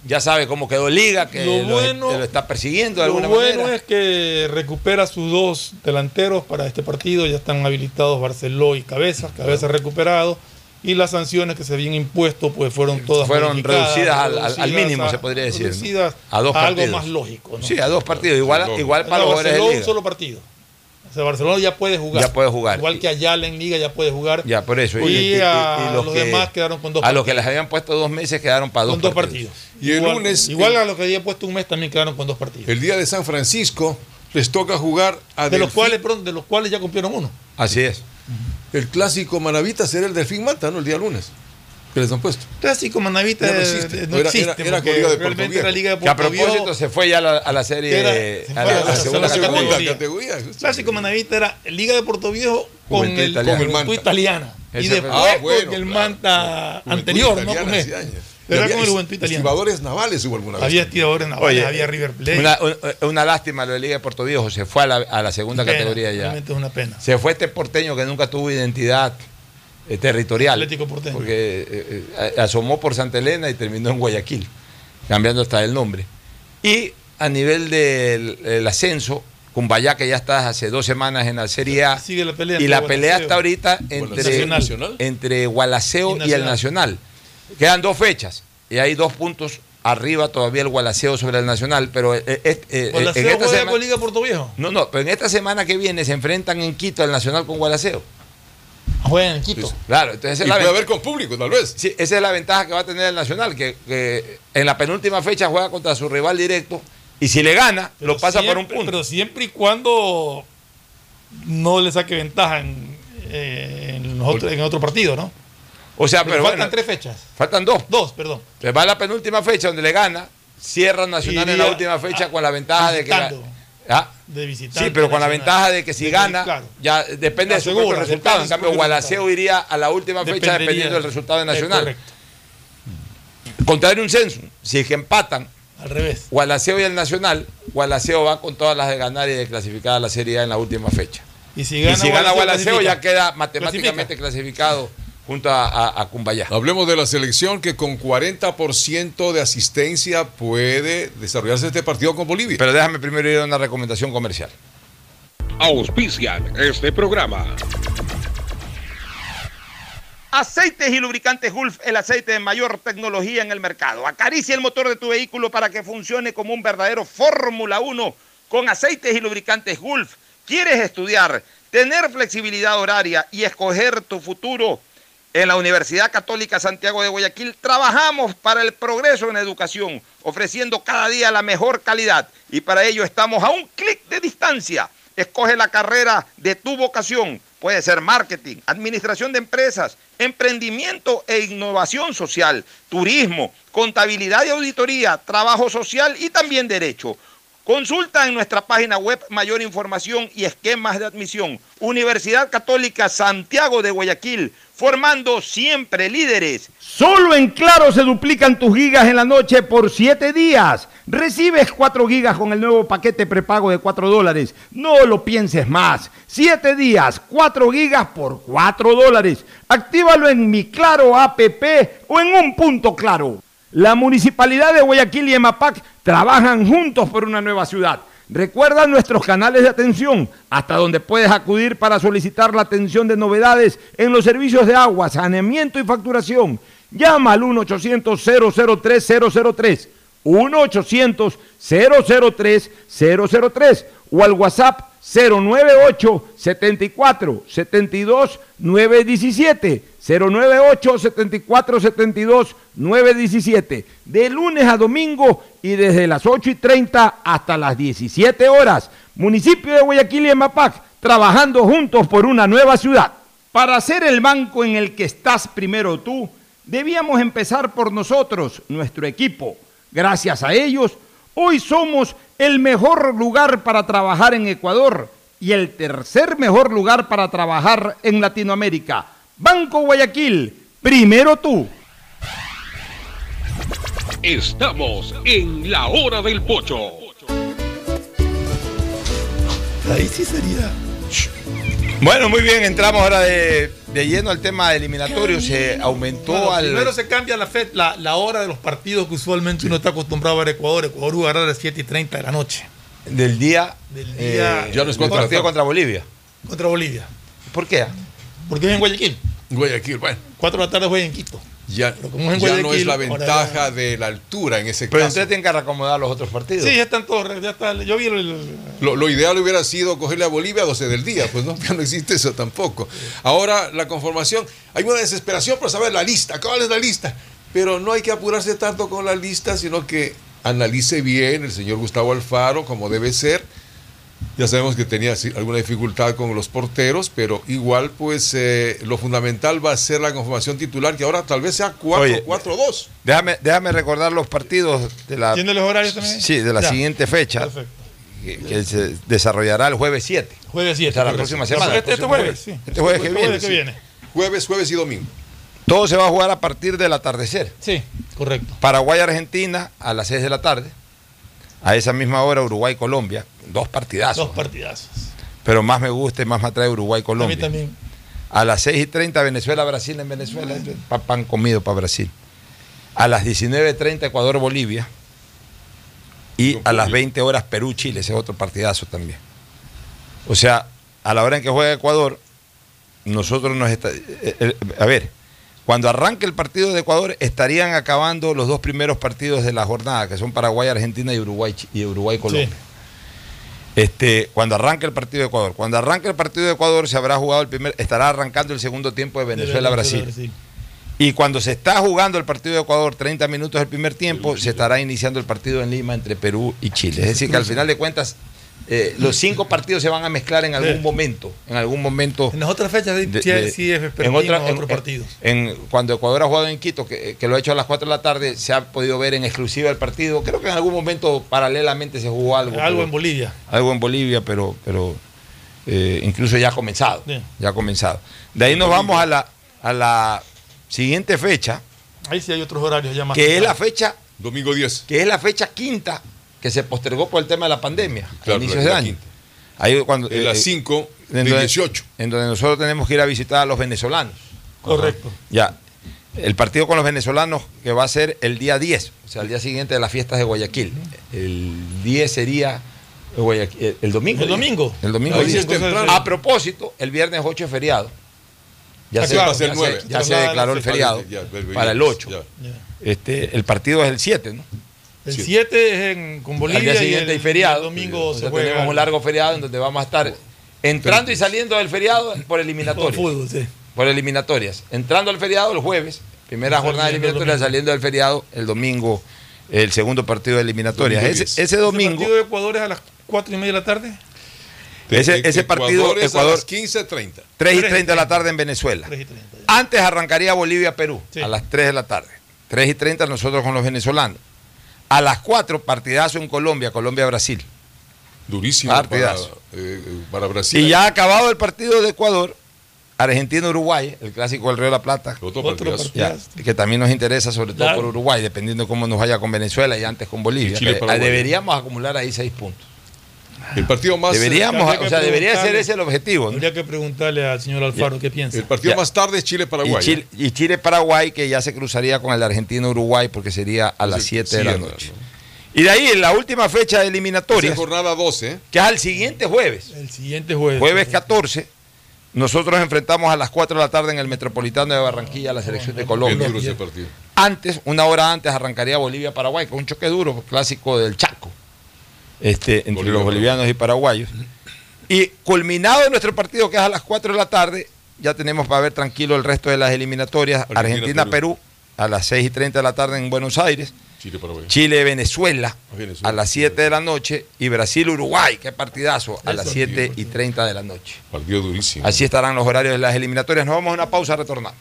Ya sabe cómo quedó Liga, que lo está persiguiendo de alguna manera. Lo bueno es que recupera sus dos delanteros para este partido. Ya están habilitados Barceló y Cabezas recuperado. Y las sanciones que se habían impuesto pues fueron todas reducidas al mínimo, se podría decir. Reducidas a 2 partidos. Algo más lógico, ¿no? Sí, a 2 partidos. Igual para los jugadores de Liga. Un solo partido. O sea, Barcelona ya puede jugar. Igual que Ayala en Liga ya puede jugar. Ya, por eso. Y los demás quedaron con 2 partidos. A los que les habían puesto 2 meses quedaron para 2 partidos. Y el lunes. Igual a los que habían puesto un mes también quedaron con 2 partidos. El día de San Francisco les toca jugar a de los cuales ya cumplieron 1. Así es. El clásico Manavita será el Delfín Manta, ¿no? El día lunes. Que les han puesto. Clásico Manavita no existe. Era Liga de Puerto Viejo. Liga de Puerto que a propósito Viejo, se fue ya a la serie. A la segunda categoría. Clásico Manavita era Liga de Puerto Viejo con el Juventud Italiana. Y después con el Manta anterior, ¿no? Con era con el Juventud Italiana. Estibadores navales hubo alguna vez. Había estibadores navales, había River Plate. Una lástima lo de Liga de Puerto Viejo. Se fue a la segunda categoría ya. Realmente es una pena. Se fue este porteño que nunca tuvo identidad territorial. Atlético Porteño. Porque asomó por Santa Elena y terminó en Guayaquil, cambiando hasta el nombre. Y a nivel del ascenso, Cumbayá, que ya está hace 2 semanas en la Serie A, sigue la pelea y la pelea está ahorita entre Gualaceo y el Nacional. Quedan 2 fechas y hay 2 puntos arriba todavía el Gualaceo sobre el Nacional, pero en esta semana con Liga Puerto Viejo. No, pero en esta semana que viene se enfrentan en Quito el Nacional con Gualaceo. Juegan en Quito. Pues, claro, entonces puede haber con público, tal vez. Sí, esa es la ventaja que va a tener el Nacional, que en la penúltima fecha juega contra su rival directo y si le gana, lo pasa por un punto. Pero siempre y cuando no le saque ventaja en otro partido, ¿no? O sea, pero faltan 3 fechas. Faltan 2. 2, perdón. Va a la penúltima fecha donde le gana, cierra Nacional en la última fecha con la ventaja de que... de visitante. Sí, pero con la ventaja de que si gana, ya depende de su propio resultado. En cambio, Gualaceo iría a la última fecha dependiendo del resultado de Nacional. Correcto. Contrario un censo, si es que empatan, al revés, Gualaceo y el Nacional, Gualaceo va con todas las de ganar y de clasificar a la Serie A en la última fecha. Y si gana Gualaceo ya queda matemáticamente clasificado junto a Cumbayá. Hablemos de la selección que con 40% de asistencia puede desarrollarse este partido con Bolivia. Pero déjame primero ir a una recomendación comercial. Auspician este programa. Aceites y lubricantes Gulf, el aceite de mayor tecnología en el mercado. Acaricia el motor de tu vehículo para que funcione como un verdadero Fórmula 1 con aceites y lubricantes Gulf. ¿Quieres estudiar, tener flexibilidad horaria y escoger tu futuro? En la Universidad Católica Santiago de Guayaquil trabajamos para el progreso en educación, ofreciendo cada día la mejor calidad y para ello estamos a un clic de distancia. Escoge la carrera de tu vocación. Puede ser marketing, administración de empresas, emprendimiento e innovación social, turismo, contabilidad y auditoría, trabajo social y también derecho. Consulta en nuestra página web mayor información y esquemas de admisión. Universidad Católica Santiago de Guayaquil, formando siempre líderes. Solo en Claro se duplican tus gigas en la noche por 7 días. Recibes 4 gigas con el nuevo paquete prepago de $4. No lo pienses más. 7 días, 4 gigas por $4. Actívalo en Mi Claro app o en un punto Claro. La Municipalidad de Guayaquil y EMAPAC trabajan juntos por una nueva ciudad. Recuerda nuestros canales de atención, hasta donde puedes acudir para solicitar la atención de novedades en los servicios de agua, saneamiento y facturación. Llama al 1-800-003-003, 1-800-003-003 o al WhatsApp 098-74-72-917, 098-74-72-917, de lunes a domingo y desde las 8:30 hasta las 17 horas. Municipio de Guayaquil y EMAPAC, trabajando juntos por una nueva ciudad. Para ser el banco en el que estás primero tú, debíamos empezar por nosotros, nuestro equipo. Gracias a ellos, hoy somos el mejor lugar para trabajar en Ecuador y el tercer mejor lugar para trabajar en Latinoamérica. Banco Guayaquil, primero tú. Estamos en la hora del pocho. Ahí sí sería. Bueno, muy bien, entramos ahora de de lleno al tema eliminatorio, se aumentó Primero se cambia la hora de los partidos que usualmente uno está acostumbrado a ver Ecuador. Ecuador jugará a las 7:30 de la noche. Del día. Ya no es partido contra Bolivia. Contra Bolivia. ¿Por qué? Porque es en Guayaquil. Guayaquil, bueno. 4 de la tarde juega en Quito. Ya, como es en ya Guayaquil, no es la ventaja de la altura en ese Pero caso. ustedes tienen que reacomodar los otros partidos. Sí, ya están todos. Ya está, yo vi Lo ideal hubiera sido cogerle a Bolivia a 12 del día, pues no, ya no existe eso tampoco. Ahora, la conformación, hay una desesperación por saber la lista, ¿cuál es la lista? Pero no hay que apurarse tanto con la lista, sino que analice bien el señor Gustavo Alfaro, como debe ser. Ya sabemos que tenía alguna dificultad con los porteros, pero igual, pues, lo fundamental va a ser la conformación titular, que ahora tal vez sea 4-4-2. Déjame recordar los partidos de la... ¿Tiene los horarios también? Sí, de la siguiente fecha. Perfecto. Que se desarrollará el jueves 7. Jueves 7. O sea, la próxima semana. Este jueves, sí. Este jueves que viene. Jueves y domingo. Todo se va a jugar a partir del atardecer. Sí, correcto. Paraguay-Argentina a las 6 de la tarde. A esa misma hora Uruguay-Colombia. 2 partidazos. 2 partidazos. Pero más me gusta y más me atrae Uruguay-Colombia. A mí también. A las 6:30 Venezuela-Brasil en Venezuela. Pan comido para Brasil. A las 19:30 Ecuador-Bolivia. Y a las 20 horas Perú-Chile. Ese es otro partidazo también. O sea, a la hora en que juega Ecuador, nosotros a ver, cuando arranque el partido de Ecuador, estarían acabando los 2 primeros partidos de la jornada, que son Paraguay, Argentina y Uruguay-Colombia. Sí. Cuando arranque el partido de Ecuador. Cuando arranque el partido de Ecuador, se habrá jugado estará arrancando el segundo tiempo de Venezuela-Brasil. Y cuando se está jugando el partido de Ecuador, 30 minutos del primer tiempo, se estará iniciando el partido en Lima entre Perú y Chile. Es decir, que al final de cuentas, los 5 partidos se van a mezclar en algún momento. En las otras fechas sí es otros partidos. Cuando Ecuador ha jugado en Quito, que lo ha hecho a las 4 de la tarde, se ha podido ver en exclusiva el partido. Creo que en algún momento paralelamente se jugó algo. En Bolivia. Algo en Bolivia, pero incluso ya ha comenzado. Sí. Ya ha comenzado. De ahí nos vamos a la siguiente fecha. Ahí sí hay otros horarios ya más. Que es la fecha. Domingo 10. Que es la fecha quinta que se postergó por el tema de la pandemia, a inicios de año. Ahí cuando, en las 5 de 18. En donde nosotros tenemos que ir a visitar a los venezolanos. Correcto. Ya. El partido con los venezolanos que va a ser el día 10, o sea, el día siguiente de las fiestas de Guayaquil. El 10 sería el domingo. El domingo. El domingo 10. A propósito, el viernes 8 es feriado. Ya se declaró el feriado para el 8. El partido es el 7, ¿no? El 7 es con Bolivia. Al día siguiente hay feriado. El domingo se juega. Tenemos un largo feriado en donde vamos a estar entrando y saliendo del feriado por eliminatorias. Fútbol, sí. Por eliminatorias. Entrando al feriado el jueves, primera jornada de eliminatorias, saliendo del feriado el domingo, el segundo partido de eliminatorias. Ese domingo. ¿El partido de Ecuador es a las 4:30 de la tarde? Ese partido es a las 15:30. 3:30 de la tarde en Venezuela. Antes arrancaría Bolivia-Perú, a las 3 de la tarde. 3:30 nosotros con los venezolanos. A las 4, partidazo en Colombia, Colombia-Brasil. Durísimo para Brasil. Y ya ha acabado el partido de Ecuador, Argentina-Uruguay, el clásico del Río de la Plata. Otro partidazo. Que también nos interesa, sobre todo por Uruguay, dependiendo de cómo nos vaya con Venezuela y antes con Bolivia. Deberíamos acumular ahí 6 puntos. El partido más... debería ser ese el objetivo, ¿no? Habría que preguntarle al señor Alfaro qué piensa. El partido más tarde es Chile-Paraguay. Y Chile-Paraguay, que ya se cruzaría con el de Argentina-Uruguay, porque sería a las 7 de la noche. ¿No? Y de ahí, en la última fecha de eliminatorias, es jornada 12, que es al siguiente jueves. El siguiente jueves. Jueves 14, nosotros enfrentamos a las 4 de la tarde en el Metropolitano de Barranquilla a la selección de Colombia. Duro ese partido. Una hora antes, arrancaría Bolivia-Paraguay, con un choque duro, clásico del Chaco. Entre los bolivianos y paraguayos. Y culminado nuestro partido, que es a las 4 de la tarde, ya tenemos para ver tranquilo el resto de las eliminatorias. Argentina-Perú a las 6:30 de la tarde en Buenos Aires. Chile-Venezuela a las 7 de la noche. Y Brasil-Uruguay, qué partidazo, a las 7:30 de la noche. Partido durísimo. Así estarán los horarios de las eliminatorias. Nos vamos a una pausa, retornamos.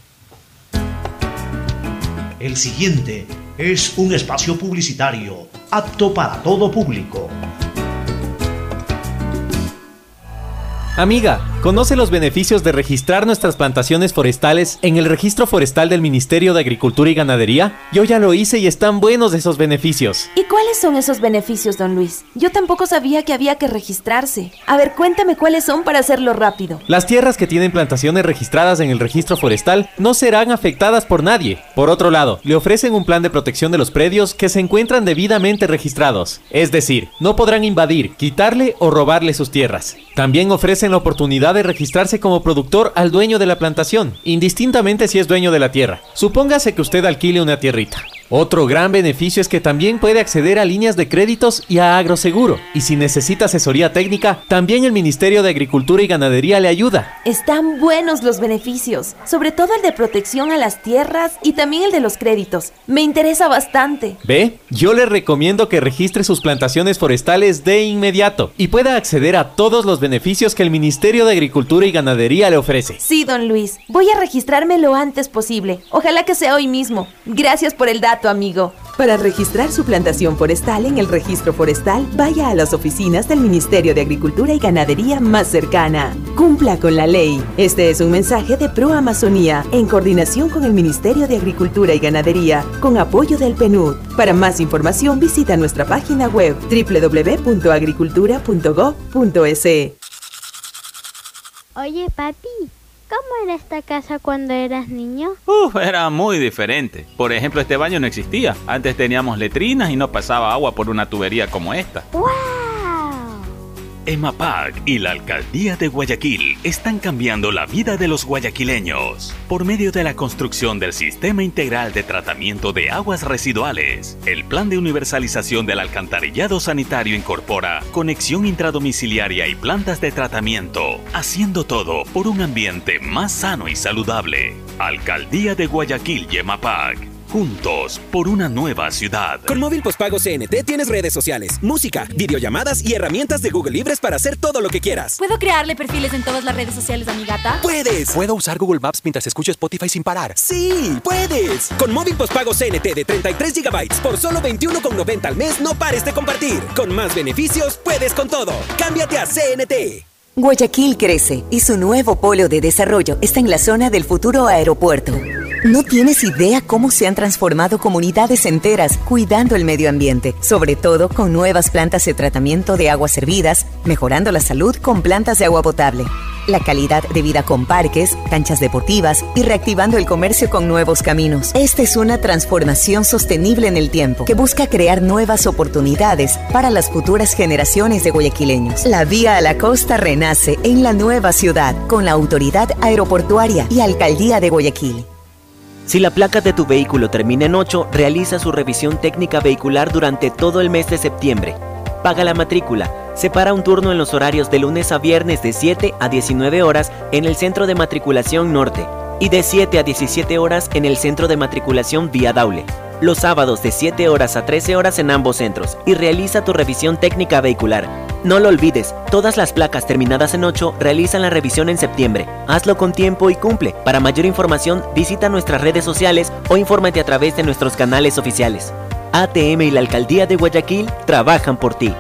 El siguiente es un espacio publicitario apto para todo público. Amiga, Conoce los beneficios de registrar nuestras plantaciones forestales en el registro forestal del Ministerio de Agricultura y Ganadería. Yo ya lo hice y están buenos esos beneficios. ¿Y cuáles son esos beneficios, don Luis? Yo tampoco sabía que había que registrarse. A ver, cuéntame cuáles son para hacerlo rápido. Las tierras que tienen plantaciones registradas en el registro forestal no serán afectadas por nadie. Por otro lado, le ofrecen un plan de protección de los predios que se encuentran debidamente registrados. Es decir, no podrán invadir, quitarle o robarle sus tierras. También ofrecen la oportunidad de registrarse como productor al dueño de la plantación, indistintamente si es dueño de la tierra. Supóngase que usted alquile una tierrita. Otro gran beneficio es que también puede acceder a líneas de créditos y a agroseguro. Y si necesita asesoría técnica, también el Ministerio de Agricultura y Ganadería le ayuda. Están buenos los beneficios, sobre todo el de protección a las tierras y también el de los créditos. Me interesa bastante. ¿Ve? Yo le recomiendo que registre sus plantaciones forestales de inmediato y pueda acceder a todos los beneficios que el Ministerio de Agricultura y Ganadería le ofrece. Sí, don Luis. Voy a registrarme lo antes posible. Ojalá que sea hoy mismo. Gracias por el dato, amigo. Para registrar su plantación forestal en el registro forestal, vaya a las oficinas del Ministerio de Agricultura y Ganadería más cercana. Cumpla con la ley. Este es un mensaje de Pro Amazonía, en coordinación con el Ministerio de Agricultura y Ganadería, con apoyo del PNUD. Para más información, visita nuestra página web www.agricultura.gov.es. Oye, papi, ¿cómo era esta casa cuando eras niño? Era muy diferente. Por ejemplo, este baño no existía. Antes teníamos letrinas y no pasaba agua por una tubería como esta. ¡Wow! EMAPAC y la Alcaldía de Guayaquil están cambiando la vida de los guayaquileños. Por medio de la construcción del Sistema Integral de Tratamiento de Aguas Residuales, el Plan de Universalización del Alcantarillado Sanitario incorpora conexión intradomiciliaria y plantas de tratamiento, haciendo todo por un ambiente más sano y saludable. Alcaldía de Guayaquil y EMAPAC. Juntos por una nueva ciudad. Con móvil postpago CNT tienes redes sociales, música, videollamadas y herramientas de Google Libres para hacer todo lo que quieras. ¿Puedo crearle perfiles en todas las redes sociales a mi gata? ¡Puedes! ¿Puedo usar Google Maps mientras escucho Spotify sin parar? ¡Sí! ¡Puedes! Con móvil postpago CNT de 33 GB por solo $21,90 al mes, no pares de compartir. Con más beneficios, puedes con todo. ¡Cámbiate a CNT! Guayaquil crece y su nuevo polo de desarrollo está en la zona del futuro aeropuerto. No tienes idea cómo se han transformado comunidades enteras cuidando el medio ambiente, sobre todo con nuevas plantas de tratamiento de aguas servidas, mejorando la salud con plantas de agua potable, la calidad de vida con parques, canchas deportivas y reactivando el comercio con nuevos caminos. Esta es una transformación sostenible en el tiempo que busca crear nuevas oportunidades para las futuras generaciones de guayaquileños. La vía a la costa renace en la nueva ciudad con la Autoridad Aeroportuaria y Alcaldía de Guayaquil. Si la placa de tu vehículo termina en 8, realiza su revisión técnica vehicular durante todo el mes de septiembre. Paga la matrícula. Separa un turno en los horarios de lunes a viernes de 7 a 19 horas en el Centro de Matriculación Norte y de 7 a 17 horas en el Centro de Matriculación Vía Daule. Los sábados de 7 horas a 13 horas en ambos centros y realiza tu revisión técnica vehicular. No lo olvides, todas las placas terminadas en 8 realizan la revisión en septiembre. Hazlo con tiempo y cumple. Para mayor información, visita nuestras redes sociales o infórmate a través de nuestros canales oficiales. ATM y la Alcaldía de Guayaquil trabajan por ti.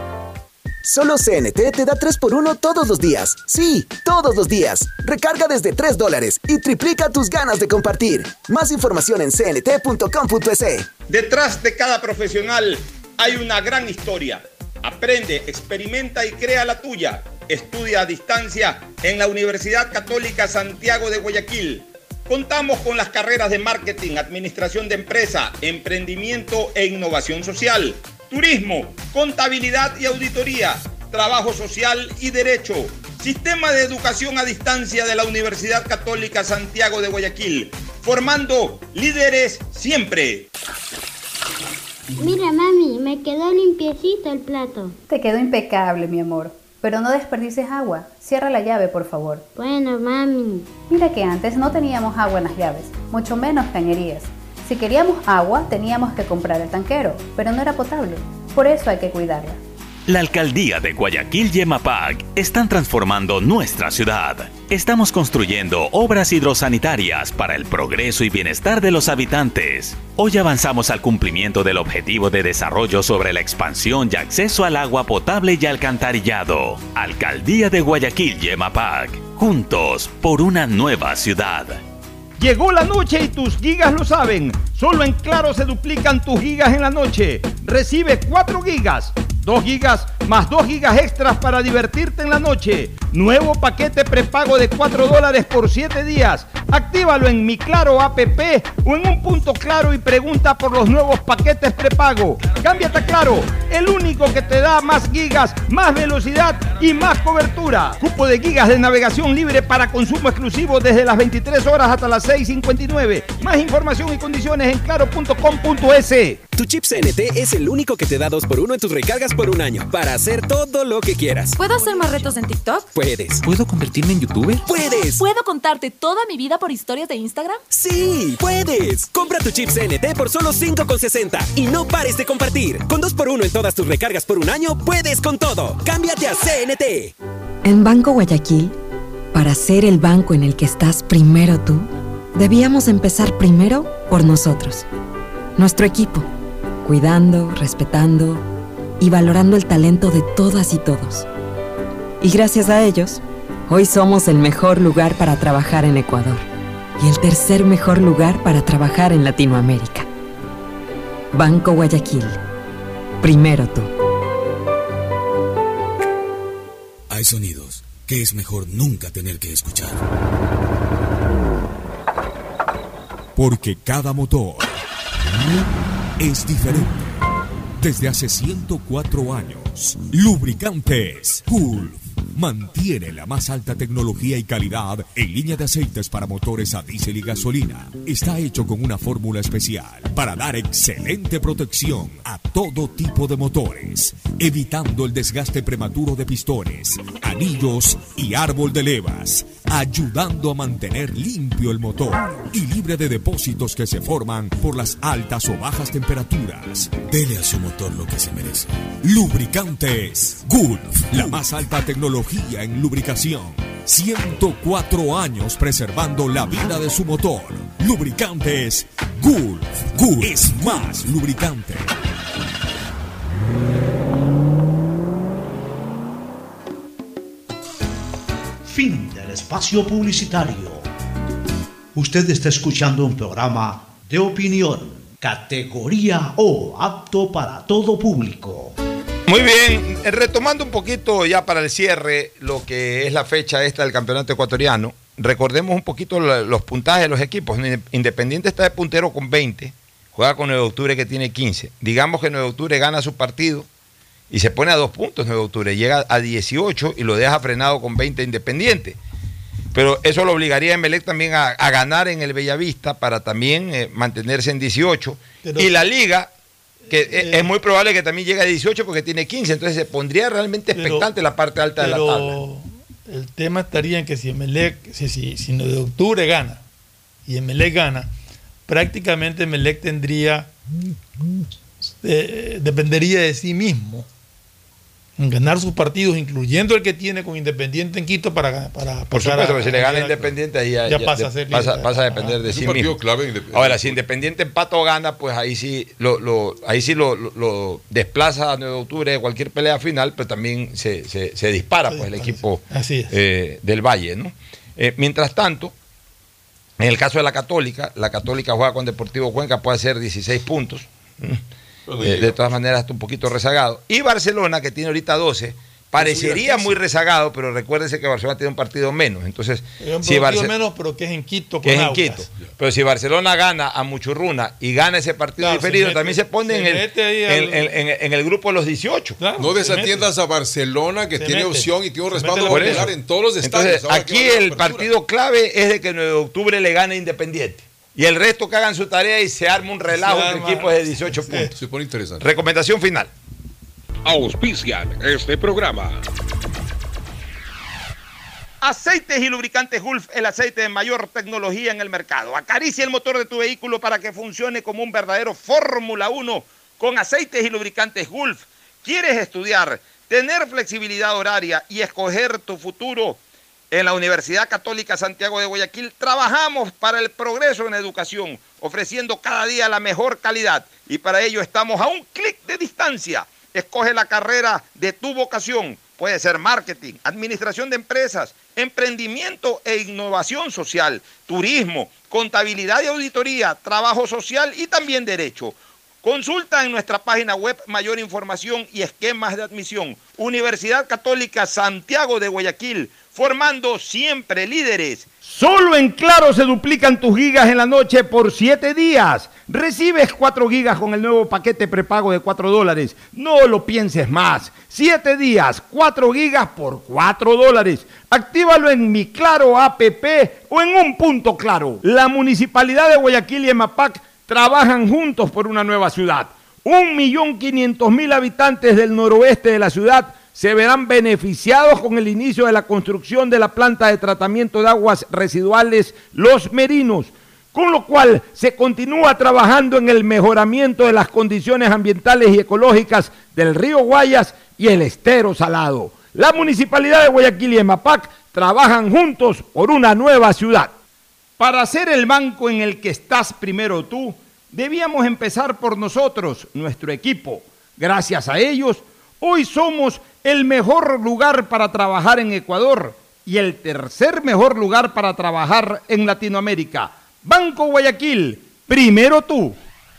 Solo CNT te da 3x1 todos los días. Sí, todos los días. Recarga desde $3 y triplica tus ganas de compartir. Más información en cnt.com.es. Detrás de cada profesional hay una gran historia. Aprende, experimenta y crea la tuya. Estudia a distancia en la Universidad Católica Santiago de Guayaquil. Contamos con las carreras de Marketing, Administración de Empresa, Emprendimiento e Innovación Social, Turismo, Contabilidad y Auditoría, Trabajo Social y Derecho. Sistema de Educación a Distancia de la Universidad Católica Santiago de Guayaquil. Formando líderes siempre. Mira, mami, me quedó limpiecito el plato. Te quedó impecable, mi amor. Pero no desperdicies agua. Cierra la llave, por favor. Bueno, mami. Mira que antes no teníamos agua en las llaves, mucho menos cañerías. Si queríamos agua, teníamos que comprar el tanquero, pero no era potable. Por eso hay que cuidarla. La Alcaldía de Guayaquil y EMAPAC están transformando nuestra ciudad. Estamos construyendo obras hidrosanitarias para el progreso y bienestar de los habitantes. Hoy avanzamos al cumplimiento del objetivo de desarrollo sobre la expansión y acceso al agua potable y alcantarillado. Alcaldía de Guayaquil y EMAPAC. Juntos por una nueva ciudad. Llegó la noche y tus gigas lo saben. Solo en Claro se duplican tus gigas en la noche. Recibe 4 gigas. 2 gigas más 2 gigas extras para divertirte en la noche. Nuevo paquete prepago de $4 por 7 días. Actívalo en Mi Claro app o en un punto Claro y pregunta por los nuevos paquetes prepago. Cámbiate a Claro, el único que te da más gigas, más velocidad y más cobertura. Cupo de gigas de navegación libre para consumo exclusivo desde las 23 horas hasta las 6:59. Más información y condiciones en claro.com.es. Tu chip CNT es el único que te da 2x1 en tus recargas por un año para hacer todo lo que quieras. ¿Puedo hacer más retos en TikTok? Puedes. ¿Puedo convertirme en youtuber? ¡Puedes! ¿Puedo contarte toda mi vida por historias de Instagram? ¡Sí! ¡Puedes! Compra tu chip CNT por solo $5.60 y no pares de compartir. Con 2x1 en todas tus recargas por un año, puedes con todo. ¡Cámbiate a CNT! En Banco Guayaquil, para ser el banco en el que estás primero tú, debíamos empezar primero por nosotros. Nuestro equipo, cuidando, respetando y valorando el talento de todas y todos. Y gracias a ellos, hoy somos el mejor lugar para trabajar en Ecuador y el tercer mejor lugar para trabajar en Latinoamérica. Banco Guayaquil. Primero tú. Hay sonidos que es mejor nunca tener que escuchar. Porque cada motor es diferente. Desde hace 104 años, Lubricantes Gulf mantiene la más alta tecnología y calidad en línea de aceites para motores a diésel y gasolina. Está hecho con una fórmula especial para dar excelente protección a todo tipo de motores, evitando el desgaste prematuro de pistones, anillos y árbol de levas, ayudando a mantener limpio el motor y libre de depósitos que se forman por las altas o bajas temperaturas. Dele a su motor lo que se merece. Lubricantes Gulf, la más alta tecnología en lubricación. 104 años preservando la vida de su motor. Lubricantes Gulf. Gulf es más lubricante. Fin del espacio publicitario. Usted está escuchando un programa de opinión, categoría O, apto para todo público. Muy bien, retomando un poquito ya para el cierre lo que es la fecha esta del campeonato ecuatoriano, recordemos un poquito los puntajes de los equipos. Independiente está de puntero con 20, juega con 9 de octubre que tiene 15. Digamos que 9 de octubre gana su partido y se pone a 2 puntos 9 de octubre, llega a 18 y lo deja frenado con 20 Independiente. Pero eso lo obligaría a Emelec también a ganar en el Bellavista para también mantenerse en 18. Y la Liga, que es muy probable que también llegue a 18 porque tiene 15, entonces se pondría realmente expectante la parte alta de la tabla. El tema estaría en que si Emelec, si 9 de octubre gana y Emelec gana, prácticamente Emelec tendría, dependería de sí mismo en ganar sus partidos, incluyendo el que tiene con Independiente en Quito para por supuesto, que si le gana Independiente ahí ya pasa a depender de sí mismo. Ahora, si Independiente empata o gana, pues ahí sí lo desplaza a 9 de octubre de cualquier pelea final, pero también se dispara pues el equipo del Valle, ¿no? Mientras tanto, en el caso de la Católica juega con Deportivo Cuenca, puede hacer 16 puntos. De todas maneras está un poquito rezagado. Y Barcelona, que tiene ahorita 12, parecería muy rezagado, pero recuérdense que Barcelona tiene un partido menos. Entonces, si menos, pero que es en Quito. Pero si Barcelona gana a Muchurruna y gana ese partido diferido, también se pone en el grupo de los 18. No desatiendas a Barcelona, que tiene opción y tiene un respaldo popular en todos los estadios. Entonces, aquí el partido clave es de que el 9 de octubre le gane Independiente. Y el resto que hagan su tarea y se arme un relajo entre equipos de 18 puntos. Se pone interesante. Recomendación final. Auspician este programa. Aceites y lubricantes Gulf, el aceite de mayor tecnología en el mercado. Acaricia el motor de tu vehículo para que funcione como un verdadero Fórmula 1 con aceites y lubricantes Gulf. ¿Quieres estudiar tener flexibilidad horaria y escoger tu futuro. En la Universidad Católica Santiago de Guayaquil trabajamos para el progreso en educación, ofreciendo cada día la mejor calidad. Y para ello estamos a un clic de distancia. Escoge la carrera de tu vocación. Puede ser marketing, administración de empresas, emprendimiento e innovación social, turismo, contabilidad y auditoría, trabajo social y también derecho. Consulta en nuestra página web mayor información y esquemas de admisión. Universidad Católica Santiago de Guayaquil, formando siempre líderes. Solo en Claro se duplican tus gigas en la noche por 7 días. Recibes 4 gigas con el nuevo paquete prepago de $4. No lo pienses más. 7 días, 4 gigas por $4. Actívalo en Mi Claro app o en un punto Claro. La Municipalidad de Guayaquil y EMAPAC trabajan juntos por una nueva ciudad. 1.500.000 habitantes del noroeste de la ciudad se verán beneficiados con el inicio de la construcción de la planta de tratamiento de aguas residuales Los Merinos, con lo cual se continúa trabajando en el mejoramiento de las condiciones ambientales y ecológicas del río Guayas y el estero Salado. La Municipalidad de Guayaquil y EMAPAC trabajan juntos por una nueva ciudad. Para ser el banco en el que estás primero tú, debíamos empezar por nosotros, nuestro equipo. Gracias a ellos, hoy somos el mejor lugar para trabajar en Ecuador y el tercer mejor lugar para trabajar en Latinoamérica. Banco Guayaquil, primero tú.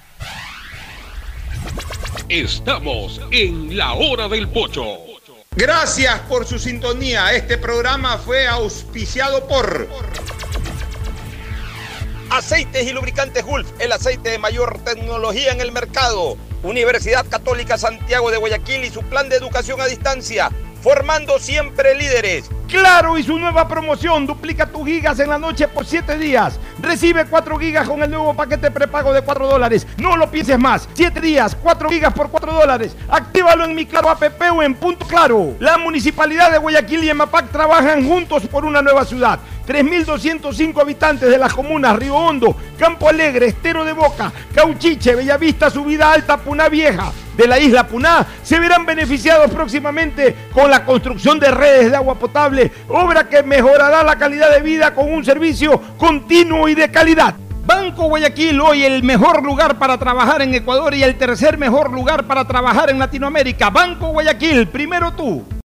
Estamos en la hora del pocho. Gracias por su sintonía. Este programa fue auspiciado por Aceites y Lubricantes Gulf, el aceite de mayor tecnología en el mercado. Universidad Católica Santiago de Guayaquil y su plan de educación a distancia, formando siempre líderes. Claro y su nueva promoción, duplica tus gigas en la noche por 7 días. Recibe 4 gigas con el nuevo paquete prepago de $4. No lo pienses más. 7 días, 4 gigas por $4. Actívalo en Mi Claro app o en punto Claro. La Municipalidad de Guayaquil y EMAPAC trabajan juntos por una nueva ciudad. 3.205 habitantes de las comunas Río Hondo, Campo Alegre, Estero de Boca, Cauchiche, Bellavista, Subida Alta, Puná Vieja de la isla Puná se verán beneficiados próximamente con la construcción de redes de agua potable, obra que mejorará la calidad de vida con un servicio continuo y de calidad. Banco Guayaquil, hoy el mejor lugar para trabajar en Ecuador y el tercer mejor lugar para trabajar en Latinoamérica. Banco Guayaquil, primero tú.